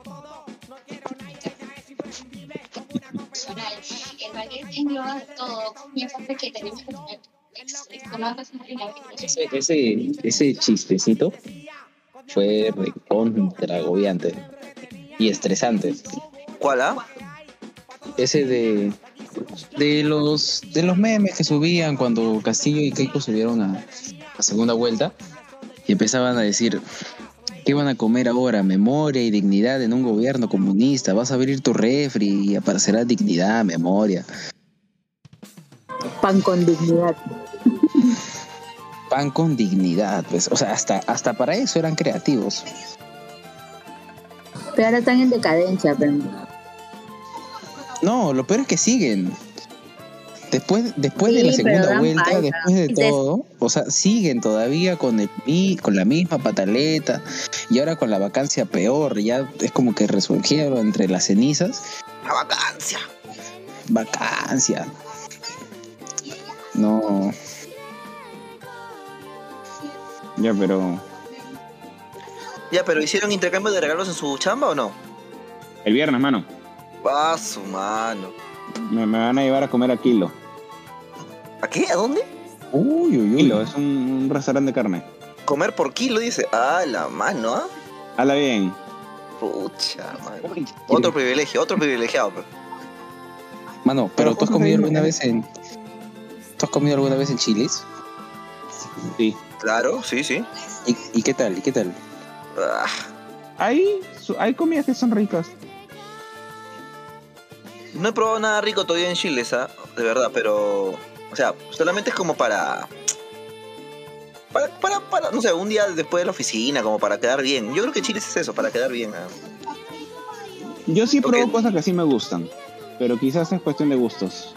En realidad engloba todo. Piensa que tenemos que tener Ese, ese, ese chistecito fue recontra agobiante y estresante. ¿Cuál, ah? Ese de de los de los memes que subían cuando Castillo y Keiko subieron a, a segunda vuelta y empezaban a decir ¿qué van a comer ahora? Memoria y dignidad en un gobierno comunista. Vas a abrir tu refri y aparecerá dignidad, memoria. Pan con dignidad. Pan con dignidad, pues. O sea, hasta, hasta para eso eran creativos. Pero ahora están en decadencia, pero... No, lo peor es que siguen. Después, después de Sí, la segunda pero dan vuelta, falta. después de Dices- todo, o sea, siguen todavía con el mi- con la misma pataleta y ahora con la vacancia peor, ya es como que resurgieron entre las cenizas. La vacancia. Vacancia. No, Ya, pero Ya, pero ¿hicieron intercambio de regalos en su chamba o no? el viernes, mano, Ah, su mano. me, me van a llevar a comer a Kilo. ¿A qué? ¿A dónde? uy, uy, uy. Kilo, es un, un restaurante de carne. Comer por kilo, dice. Ah, la mano, ¿ah? Habla bien. Pucha, mano. Otro privilegio, otro privilegiado. Pues. Mano, pero Pero ¿tú has justo comido ahí- alguna vez en ¿tú has comido alguna vez en Chili's? Sí. Claro, sí, sí. ¿Y, y qué tal? ¿Y qué tal? Ah, Hay, su- hay comidas que son ricas. no he probado nada rico todavía en Chile, ¿ah? De verdad, pero... O sea, solamente es como para... Para, para, para, no sé, un día después de la oficina, como para quedar bien. Yo creo que Chile es eso, para quedar bien. ¿ah? Yo sí Ok. pruebo cosas que sí me gustan, pero quizás es cuestión de gustos.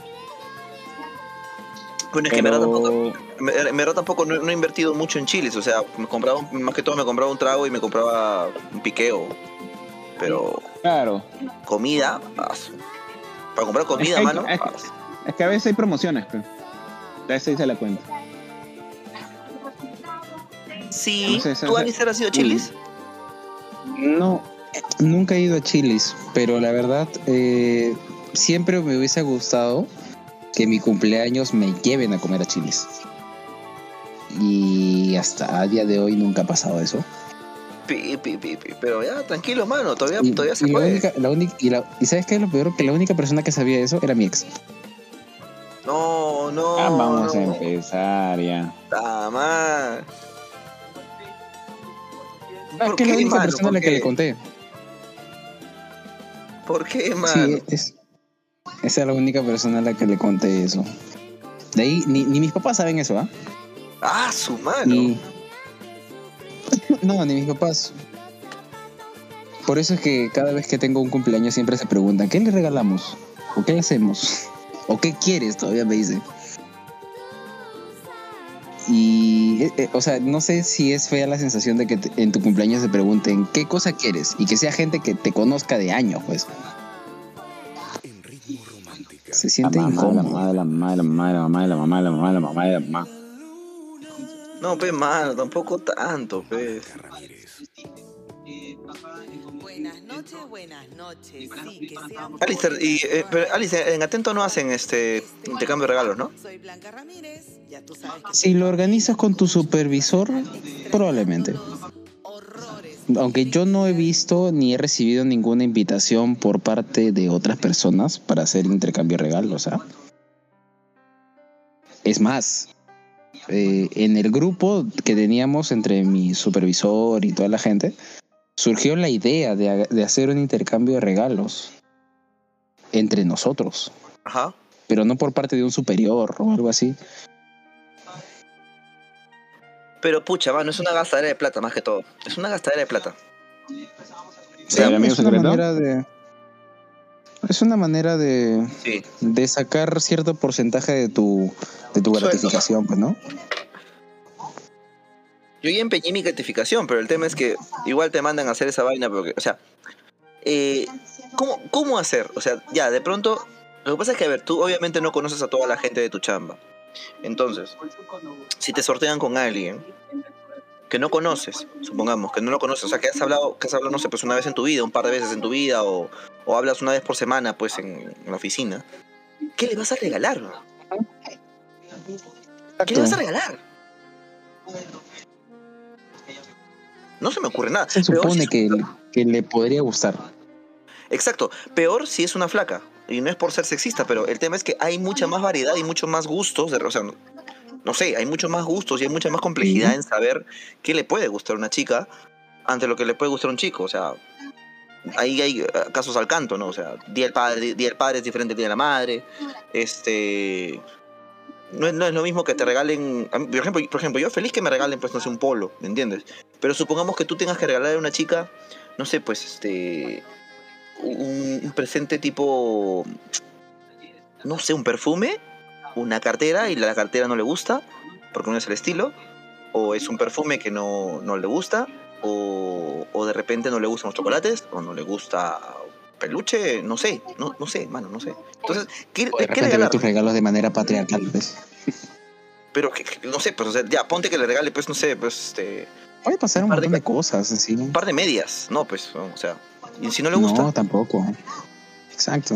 Bueno, es que en verdad tampoco, Pero en verdad tampoco no, no he invertido mucho en chiles. O sea, me compraba, un- más que todo me compraba un trago y me compraba un piqueo. Pero claro, comida, ah, su- para comprar comida, Es que- mano. es que- ah, su- es que a veces hay promociones, pero a veces se la cuenta. Sí, no sé, se ¿tú, hace- Alistair, has ido a Chilis? No, nunca he ido a Chili's, pero la verdad eh, siempre me hubiese gustado que mi cumpleaños me lleven a comer a Chili's. Y hasta a día de hoy nunca ha pasado eso. Pi, pi, pi, pi, pero ya, tranquilo, mano, todavía, Y, todavía se y la puede. única, la única- y, la- ¿y sabes qué es lo peor? Que la única persona que sabía eso era mi ex. No, no, Ah, vamos a no, empezar ya. está mal. Ah, ¿Por que es la qué, única mano? persona a ¿Por la que qué? le conté. ¿Por qué, mano? Sí, es, esa es la única persona a la que le conté eso. De ahí, ni, ni mis papás saben eso, ¿ah? Ah, su mano. Y... No, ni mis papás. Por eso es que cada vez que tengo un cumpleaños siempre se preguntan, ¿qué le regalamos? ¿O qué le hacemos? ¿O qué quieres? Todavía me dicen. Y, eh, eh, o sea, no sé si es fea la sensación de que te, en tu cumpleaños se pregunten ¿qué cosa quieres? Y que sea gente que te conozca de años, pues. Se siente la mamá, incómodo. la mamá, la mamá, la mamá, la mamá, la mamá, la mamá, la mamá, la mamá. No, pues, mano, tampoco tanto, pues. Buenas noches, buenas noches. Sí, que sean Alistair, y, eh, pero, Alistair, en Atento no hacen este intercambio de regalos, ¿no? Soy Blanca Ramírez, ya tú sabes que Si lo organizas con tu supervisor, probablemente. horrores. Aunque yo no he visto ni he recibido ninguna invitación por parte de otras personas para hacer intercambio de regalos, ¿ah? Es más, eh, en el grupo que teníamos entre mi supervisor y toda la gente, surgió la idea de, de hacer un intercambio de regalos entre nosotros, Ajá. pero no por parte de un superior o algo así. Pero pucha, mano, es una gastadera de plata más que todo. Es una gastadera de plata. Sí, ¿El es una manera de... Es una manera de, sí. de sacar cierto porcentaje de tu, de tu gratificación, pues, ¿no? Yo ya empeñé mi gratificación, pero el tema es que igual te mandan a hacer esa vaina porque, o sea, eh, ¿cómo, ¿cómo hacer? O sea, ya, de pronto, lo que pasa es que, a ver, tú obviamente no conoces a toda la gente de tu chamba. Entonces, si te sortean con alguien que no conoces, supongamos, que no lo conoces, o sea, que has hablado, que has hablado, no sé, pues una vez en tu vida, un par de veces en tu vida, o, o hablas una vez por semana, pues, en, en la oficina, ¿qué le vas a regalar? ¿Qué le vas a regalar? No se me ocurre nada. Se supone si que, es... que le podría gustar. Exacto. Peor si es una flaca. Y no es por ser sexista, pero el tema es que hay mucha más variedad y mucho más gustos. De, o sea, no, no sé, hay muchos más gustos y hay mucha más complejidad en saber qué le puede gustar a una chica ante lo que le puede gustar a un chico. O sea, ahí hay casos al canto, ¿no? O sea, día del padre, día del padre es diferente al día de la madre. Este... No es, no es lo mismo que te regalen, por ejemplo, por ejemplo, yo feliz que me regalen, pues, no sé, un polo, ¿me entiendes? Pero supongamos que tú tengas que regalar a una chica, no sé, pues, este, un, un presente tipo, no sé, un perfume, una cartera, y la cartera no le gusta, porque no es el estilo, o es un perfume que no, no le gusta, o, o de repente no le gustan los chocolates, o no le gusta peluche, no sé, no, no sé, mano, no sé. Entonces, ¿qué, De ¿qué repente regalar? ve tus regalos de manera patriarcal, ¿ves? Pero que, que, no sé, pues, o sea, ya, ponte que le regale, pues, no sé, pues, este... Puede pasar un, un montón de, de cosas, así. Un par de medias, no, pues, o sea, y si no le gusta... No, tampoco. Exacto.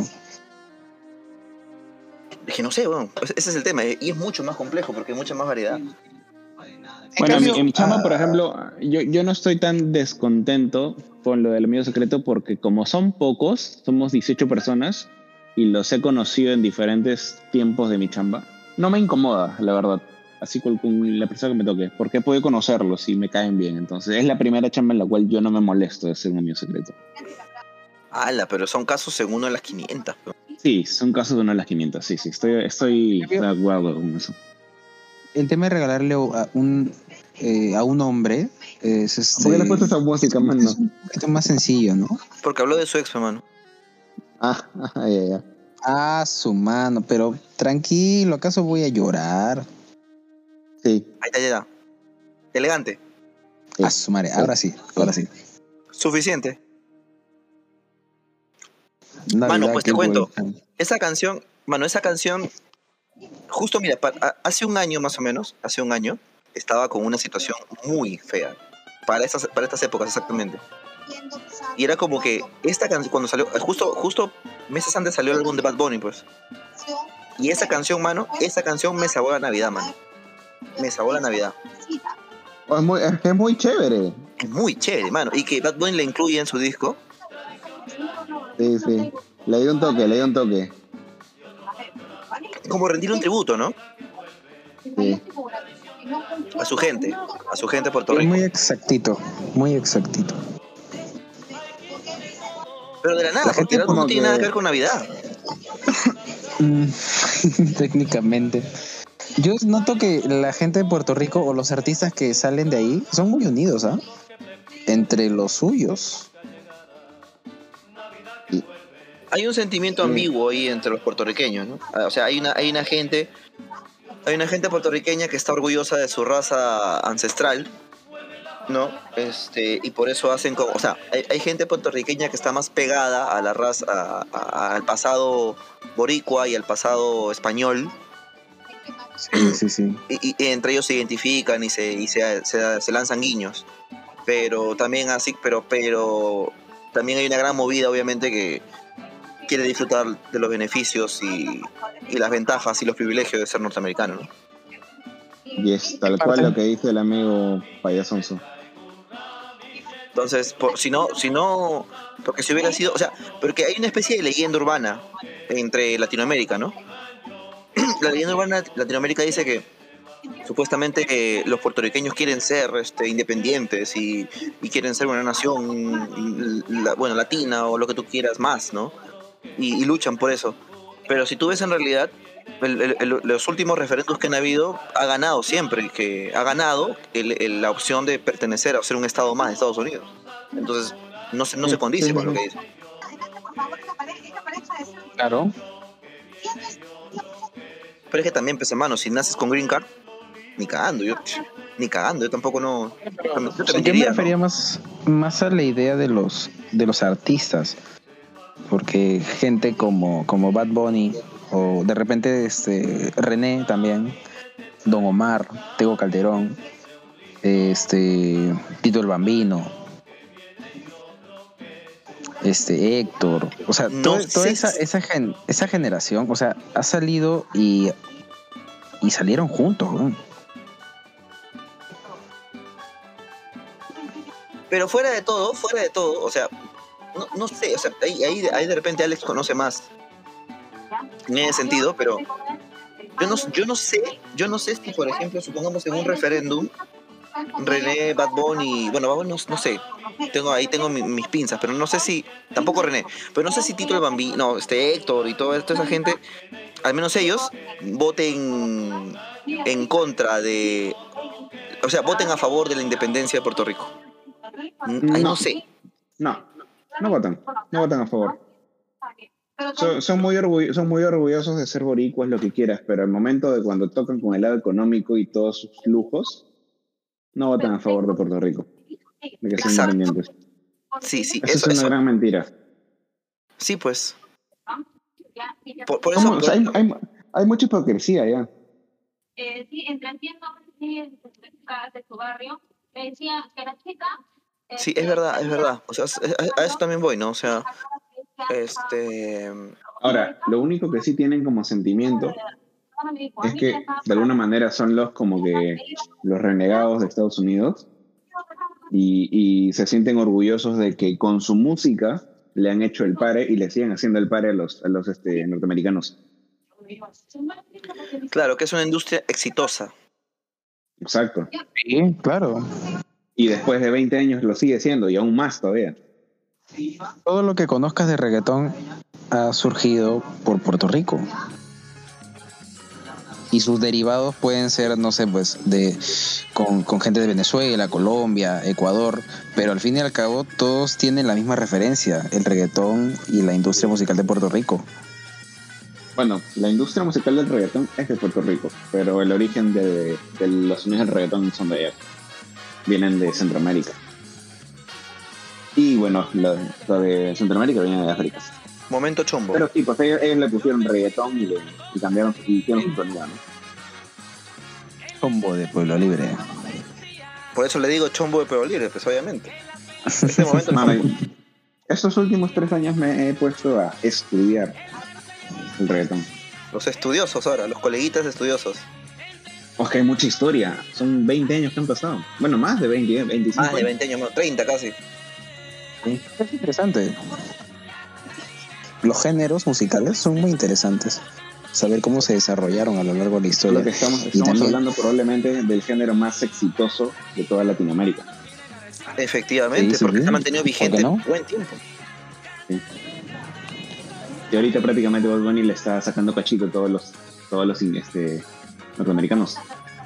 Es que no sé, bueno, ese es el tema, y es mucho más complejo porque hay mucha más variedad. En Bueno, cambio, en mi chamba, ah, por ejemplo, yo, yo no estoy tan descontento con lo del amigo secreto porque como son pocos, somos dieciocho personas y los he conocido en diferentes tiempos de mi chamba, no me incomoda, la verdad, así con, con la persona que me toque, porque he podido conocerlos y me caen bien. Entonces es la primera chamba en la cual yo no me molesto de ser un amigo secreto. Ala, pero son casos según uno de las quinientas. Pero... Sí, son casos de una de las quinientas, sí, sí, estoy, estoy de acuerdo con eso. El tema de regalarle a un, eh, a un hombre es este... ¿Por qué le has puesto esa música, mano? Es un poquito más sencillo, ¿no? Porque habló de su ex, hermano. Ah, ah, ya, ya. Ah, su mano, pero tranquilo, ¿acaso voy a llorar? Sí. Ahí está, ya, ya. Elegante. Sí. Ah, su madre, ahora sí, ahora sí. Suficiente. Navidad, Mano, pues te qué cuento. bueno. Esa canción, mano, esa canción... Justo, mira, pa- a- hace un año más o menos, hace un año, estaba con una situación muy fea. Para estas, para estas épocas, exactamente. Y era como que esta canción, cuando salió, justo, justo meses antes salió el álbum de Bad Bunny, pues. Y esa canción, mano, esa canción me salvó la Navidad, mano. Me salvó la Navidad. Oh, es, muy, es que es muy chévere. Es muy chévere, mano. Y que Bad Bunny la incluye en su disco. Sí, sí. Le di un toque, le di un toque. Como rendir un tributo, ¿no? Sí. A su gente, a su gente de Puerto Es Rico. muy exactito, muy exactito. Pero de la nada, La porque gente el álbum no como tiene que- nada que ver con Navidad. Mm, técnicamente. Yo noto que la gente de Puerto Rico o los artistas que salen de ahí son muy unidos, ¿ah? Entre los suyos. Hay un sentimiento Sí. ambiguo ahí entre los puertorriqueños, ¿no? O sea, hay una, hay una gente, hay una gente puertorriqueña que está orgullosa de su raza ancestral, ¿no? Este, y por eso hacen como, o sea, hay, hay gente puertorriqueña que está más pegada a la raza, a- a- al pasado boricua y al pasado español, Sí, sí, sí. y, y entre ellos se identifican y se, y se, se, se lanzan guiños. Pero también así, pero, pero también hay una gran movida, obviamente, que quiere disfrutar de los beneficios y, y las ventajas y los privilegios de ser norteamericano, ¿no? Y es tal cual lo que dice el amigo Payasonso. Entonces, por, si no, si no, porque si hubiera sido, o sea, porque hay una especie de leyenda urbana entre Latinoamérica, ¿no? La leyenda urbana de Latinoamérica dice que supuestamente eh, los puertorriqueños quieren ser este, independientes y, y quieren ser una nación, la- bueno, latina o lo que tú quieras más, ¿no? Y, y luchan por eso. Pero si tú ves en realidad, el- el- el- los últimos referendos que han habido, ha ganado siempre, que ha ganado el- el- la opción de pertenecer a ser un estado más de Estados Unidos. Entonces, no se, no se condice Sí, sí, con lo sí. que dice. Claro. Pero es que también, pues hermano, si naces con Green Card, ni cagando, yo, ni cagando, yo tampoco no. Yo te O sea, yo me mentiría, ¿no? refería más, más a la idea de los, de los artistas. Porque gente como, como Bad Bunny, o de repente este René también, Don Omar, Tego Calderón, este Tito el Bambino, este Héctor, o sea, No todo- sé toda esa, si- esa, gen- esa generación, o sea, ha salido y, y salieron juntos, ¿no? Pero fuera de todo, fuera de todo, o sea, no, no sé, o sea, ahí, ahí, ahí de repente Alex conoce más en ese sentido, pero yo no, yo no sé, yo no sé si, por ejemplo, supongamos en un referéndum, René, Bad Bunny, bueno, Bad Bunny no, no sé, tengo ahí tengo mi- mis pinzas, pero no sé si, tampoco René, pero no sé si Tito el Bambino, no, este Héctor y toda, toda esa gente, al menos ellos, voten en contra de, o sea, voten a favor de la independencia de Puerto Rico. Ay, no No. sé. No, no votan, no votan a favor. Son, son, muy orgull- son muy orgullosos de ser boricuas, lo que quieras, pero al momento de cuando tocan con el lado económico y todos sus lujos, no votan a favor de Puerto Rico, de que sean Exacto. independientes. Sí, sí, Eso, eso, es una eso. gran mentira. Sí, pues. Por, por ¿Cómo? eso, O sea, hay, hay, hay mucha hipocresía ya. Eh, sí, entiendo de su barrio. Me decía que la chica. sí, es verdad, es verdad. O sea, a, a eso también voy, ¿no? O sea, este. Ahora, lo único que sí tienen como sentimiento es que de alguna manera son los como que los renegados de Estados Unidos y, y se sienten orgullosos de que con su música le han hecho el pare y le siguen haciendo el pare a los, a los este, norteamericanos. Claro, que es una industria exitosa. Exacto. Sí, claro. Y después de veinte años lo sigue siendo y aún más todavía. Todo lo que conozcas de reggaetón ha surgido por Puerto Rico. Y sus derivados pueden ser, no sé, pues, de con, con gente de Venezuela, Colombia, Ecuador, pero al fin y al cabo todos tienen la misma referencia, el reggaetón y la industria musical de Puerto Rico. Bueno, la industria musical del reggaetón es de Puerto Rico, pero el origen de, de los sonidos del reggaetón son de allá. Vienen de Centroamérica. Y bueno, lo, lo de Centroamérica viene de África. Momento chombo. Pero sí, pues ellos, ellos le pusieron reggaetón y, le, y cambiaron y hicieron su sonido, ¿no? Combo de Pueblo Libre. Por eso le digo chombo de Pueblo Libre, pues obviamente. Este momento Mano, chombo. estos últimos tres años me he puesto a estudiar el reggaetón. Los estudiosos ahora, los coleguitas estudiosos. Pues que hay mucha historia. Son veinte años que han pasado. Bueno, más de veinte, veinticinco. Más de veinte años, no, treinta casi. Es interesante. Los géneros musicales son muy interesantes. Saber cómo se desarrollaron a lo largo de la historia. Lo que estamos, Y estamos también- hablando probablemente del género más exitoso de toda Latinoamérica. Efectivamente, Sí, sí, porque sí. se ha mantenido ¿Por qué vigente no? buen tiempo. Sí. Y ahorita prácticamente Bad Bunny le está sacando cachito a todos los, todos los este, norteamericanos.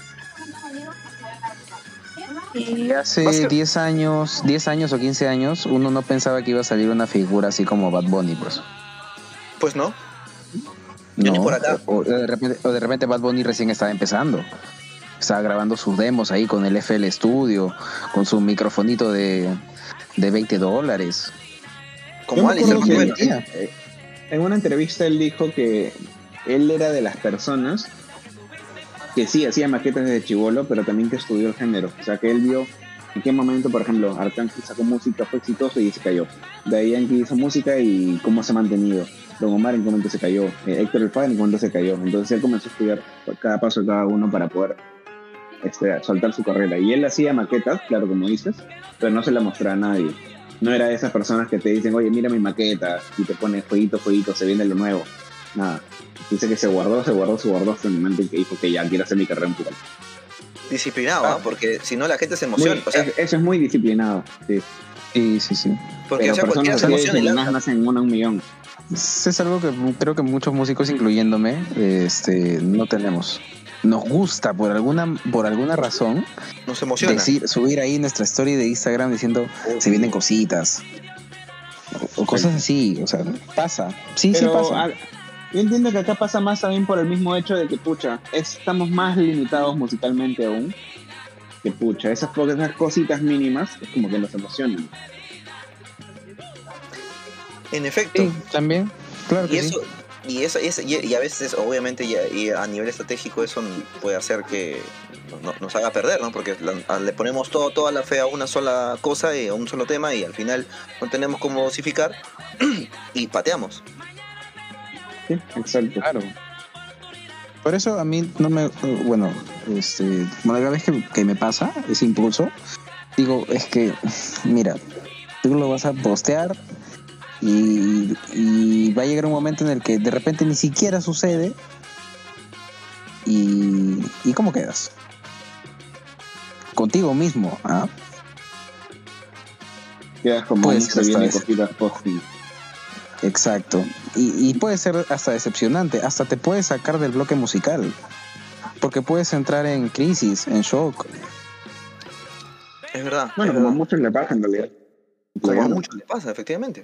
Y hace diez años, diez años o quince años, uno no pensaba que iba a salir una figura así como Bad Bunny, pues. Pues no. Yo No, ni por acá. O, de repente, o de repente Bad Bunny recién estaba empezando. Estaba grabando sus demos ahí con el F L Studio, con su microfonito de, de veinte dólares. Como Alice, Yo me el acuerdo que, bueno. eh, en una entrevista él dijo que él era de las personas que sí hacía maquetas desde chibolo, pero también que estudió el género. O sea, que él vio en qué momento, por ejemplo, Arcángel sacó música, fue exitoso y se cayó. De ahí Yankee hizo música y cómo se ha mantenido. Don Omar en qué momento se cayó. Eh, Héctor el Padre en qué momento se cayó. Entonces él comenzó a estudiar cada paso de cada uno para poder este, soltar su carrera. Y él hacía maquetas, claro, como dices, pero no se la mostraba a nadie. No era de esas personas que te dicen, oye, mira mi maqueta, y te pones jueguito, jueguito, se viene lo nuevo. Nada. Dice que se guardó, se guardó, se guardó hasta el momento en que dijo que ya quiere hacer mi carrera musical. Disciplinado, ¿ah? Porque si no la gente se emociona. Muy- O sea, es- eso es muy disciplinado, sí. Sí, sí, sí. porque Pero o sea, cualquiera personas se así emociona y disciplinadas lanza. nacen en una a un millón. Es algo que creo que muchos músicos, incluyéndome, este, no tenemos. Nos gusta por alguna, por alguna razón Nos emociona. decir, subir ahí nuestra story de Instagram diciendo se vienen cositas o, o cosas así, o sea, pasa, sí, Pero sí pasa. ah, yo entiendo que acá pasa más también por el mismo hecho de que, pucha, estamos más limitados musicalmente aún. Que, pucha, esas, po- esas cositas mínimas es como que nos emocionan. En efecto. Sí, también, claro Y que eso, sí. y eso, y, eso- y- y a veces, obviamente, y a, y a nivel estratégico, eso puede hacer que no- nos haga perder, ¿no? Porque la- a- le ponemos todo, toda la fe a una sola cosa y a un solo tema, y al final no tenemos cómo dosificar y pateamos. Sí, exacto. Claro. Por eso a mí no me, bueno, este, bueno, cada vez que, que me pasa ese impulso, digo, es que, mira, tú lo vas a postear y, y va a llegar un momento en el que de repente ni siquiera sucede y, y ¿cómo quedas? Contigo mismo, ¿ah? Quedas como Puede un ser se hasta viene eso. cositas post-it. Exacto. Y, y puede ser hasta decepcionante, hasta te puede sacar del bloque musical, porque puedes entrar en crisis, en shock. Es verdad. Bueno, es como a verdad. muchos le pasa en realidad. Como a Claro. muchos le pasa, efectivamente.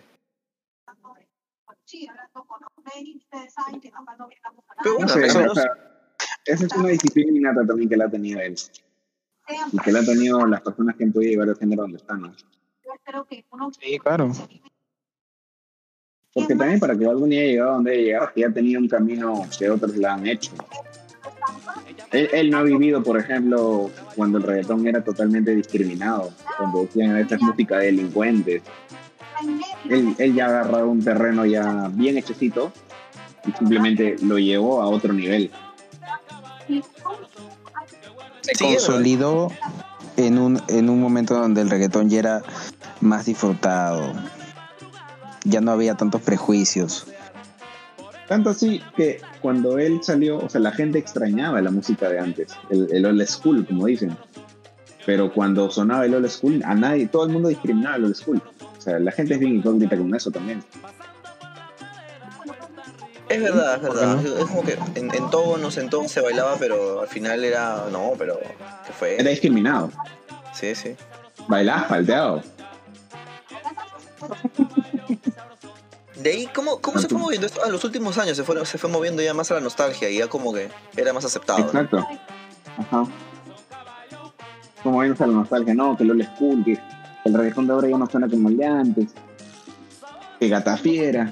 Pero No bueno, sé, al o menos sea, esa es una disciplina innata también que la ha tenido él. Y que la han tenido las personas que han podido llevar el género donde están, ¿no? Sí, claro. Porque también para que algún día haya llegado a donde haya llegado, que ya ha tenido un camino que otros la han hecho. Él, él no ha vivido, por ejemplo, cuando el reggaetón era totalmente discriminado, cuando decían esta es música de delincuentes. Él, él ya ha agarrado un terreno ya bien hechecito y simplemente lo llevó a otro nivel. Se Sí, es consolidó en un, en un momento donde el reggaetón ya era más disfrutado. Ya no había tantos prejuicios. Tanto así que cuando él salió, o sea, la gente extrañaba la música de antes, el, el old school, como dicen. Pero cuando sonaba el old school, a nadie, todo el mundo discriminaba el old school. O sea, la gente es bien hipócrita con eso también. Es verdad, es verdad. no? Es, es como que en, en tonos, en todos se bailaba, pero al final era. No, pero. ¿Qué fue? Era discriminado. Sí, sí. Bailaba falteado. De ahí, ¿cómo, cómo se fue moviendo esto? Ah, los últimos años se fue, se fue moviendo ya más a la nostalgia y ya como que era más aceptado. ¿no? Exacto. Ajá. Como vemos a la nostalgia, no, que el old school, que el reggaetón de ahora ya no suena como el de antes. Que Gata Fiera.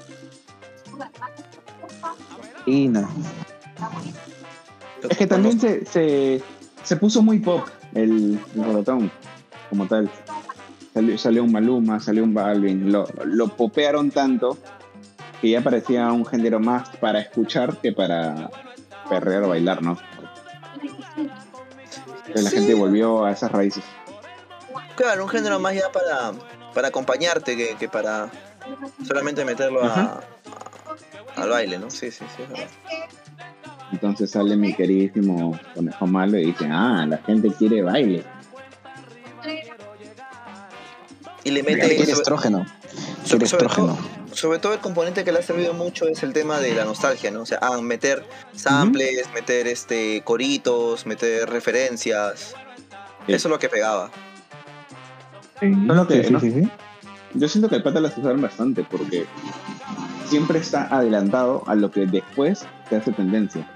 Y no. Es que también se, se, se puso muy pop el, el reggaetón, como tal. Salió, salió un Maluma, salió un Balvin. Lo, lo popearon tanto que ya parecía un género más para escuchar que para perrear o bailar, ¿no? Entonces la Sí. gente volvió a esas raíces. Claro, un género más ya para, para acompañarte que, que para solamente meterlo a, Ajá. a- al baile, ¿no? Sí, sí, sí. Es verdad. Entonces sale mi queridísimo Conejo Malo y dice, ah, la gente quiere baile. Y le Quiere mete. estrógeno. el estrógeno. Sobre todo el componente que le ha servido mucho es el tema de la nostalgia, ¿no? O sea, ah, meter samples, uh-huh. meter este coritos, meter referencias. Sí. Eso es lo que pegaba. Sí, no, que, sí, ¿no? sí, sí. Yo siento que el pata las usaron bastante porque siempre está adelantado a lo que después te hace tendencia.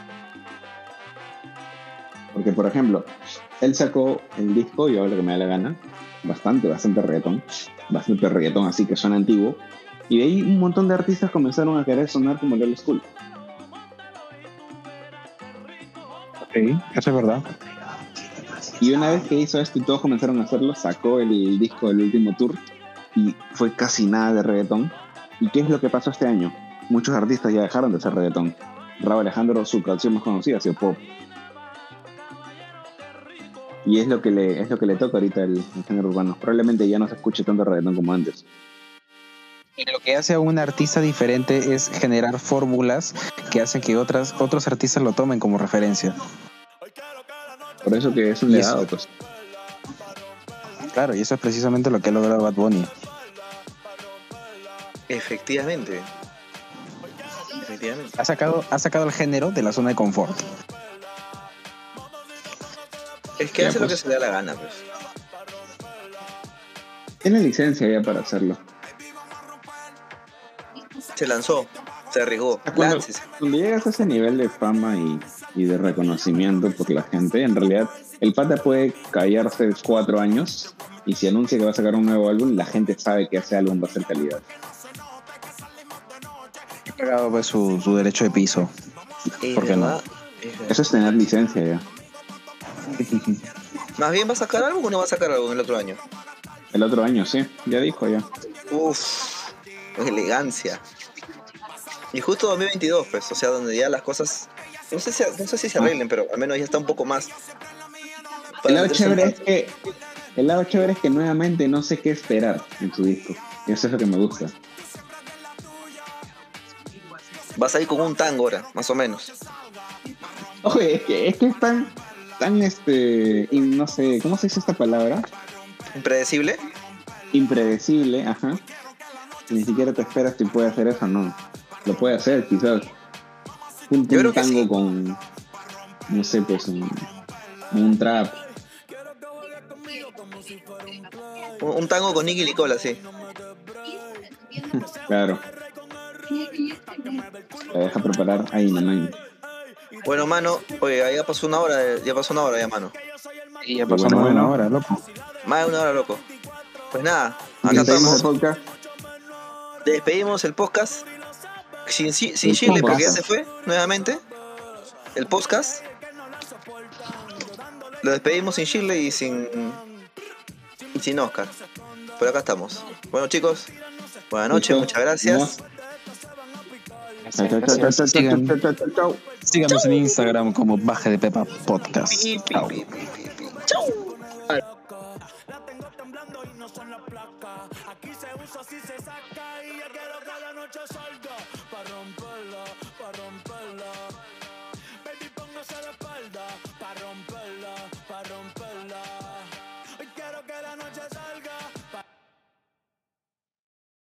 Porque, por ejemplo, él sacó el disco, y ahora que me da la gana, bastante, bastante reggaetón, bastante reggaetón, así que suena antiguo. Y de ahí un montón de artistas comenzaron a querer sonar como el old school. Sí, eso es verdad. Y una vez que hizo esto y todos comenzaron a hacerlo, sacó el disco del último tour y fue casi nada de reggaetón. ¿Y qué es lo que pasó este año? Muchos artistas ya dejaron de hacer reggaetón. Rauw Alejandro, su canción más conocida, ha sido pop. Y es lo que le, es lo que le toca ahorita el, el género urbano. Probablemente ya no se escuche tanto reggaetón como antes. Y lo que hace a un artista diferente es generar fórmulas que hacen que otras, otros artistas lo tomen como referencia. Por eso que es un legado, pues. Claro, y eso es precisamente lo que ha logrado Bad Bunny. Efectivamente. Efectivamente. Ha sacado, ha sacado el género de la zona de confort. Es que ya, hace pues, lo que se le da la gana, pues. Tiene licencia ya para hacerlo. Se lanzó, se arriesgó. Cuando, cuando llegas a ese nivel de fama y, y de reconocimiento por la gente, en realidad el pata puede callarse cuatro años y si anuncia que va a sacar un nuevo álbum, la gente sabe que ese álbum va a ser calidad. Ha pagado pues, su, su derecho de piso. ¿Por qué no? Eso es tener licencia ya. ¿Más bien va a sacar algo o no va a sacar algo en el otro año? El otro año, sí, ya dijo ya. Uff, elegancia. Y justo dos mil veintidós, pues, o sea, donde ya las cosas, no sé si, no sé si se arreglen, pero al menos ya está un poco más. El lado chévere es que, el lado chévere es que nuevamente no sé qué esperar en su disco. Y eso es lo que me gusta. Vas a ir con un tango ahora, más o menos. Oye, es que es que es tan, tan este, y no sé, ¿cómo se dice esta palabra? ¿Impredecible? Impredecible, ajá. Ni siquiera te esperas si puede hacer eso, no. Lo puede hacer, quizás. Un, Yo un creo tango que sí. con, no sé, pues un, un trap. Un, un tango con Nicky Nicola, sí. Claro. La deja preparar ahí, mamá. Bueno, mano, oye, ya pasó una hora, ya pasó una hora ya, mano. Y ya pasó bueno, una hora, loco. Más de una hora, loco. Pues nada, acá estamos. Despedimos el podcast. Sin, sin, sin Shirley, porque ya se fue nuevamente. El podcast. Lo despedimos sin Shirley y sin. Y sin Oscar. Por acá estamos. Bueno, chicos, buenas noches, muchas gracias. Síganos en Instagram como Baje de Pepa Podcast. Chau. Chau. Aquí se usa, si se saca y yo quiero que la noche salga pa' romperla, pa' romperla.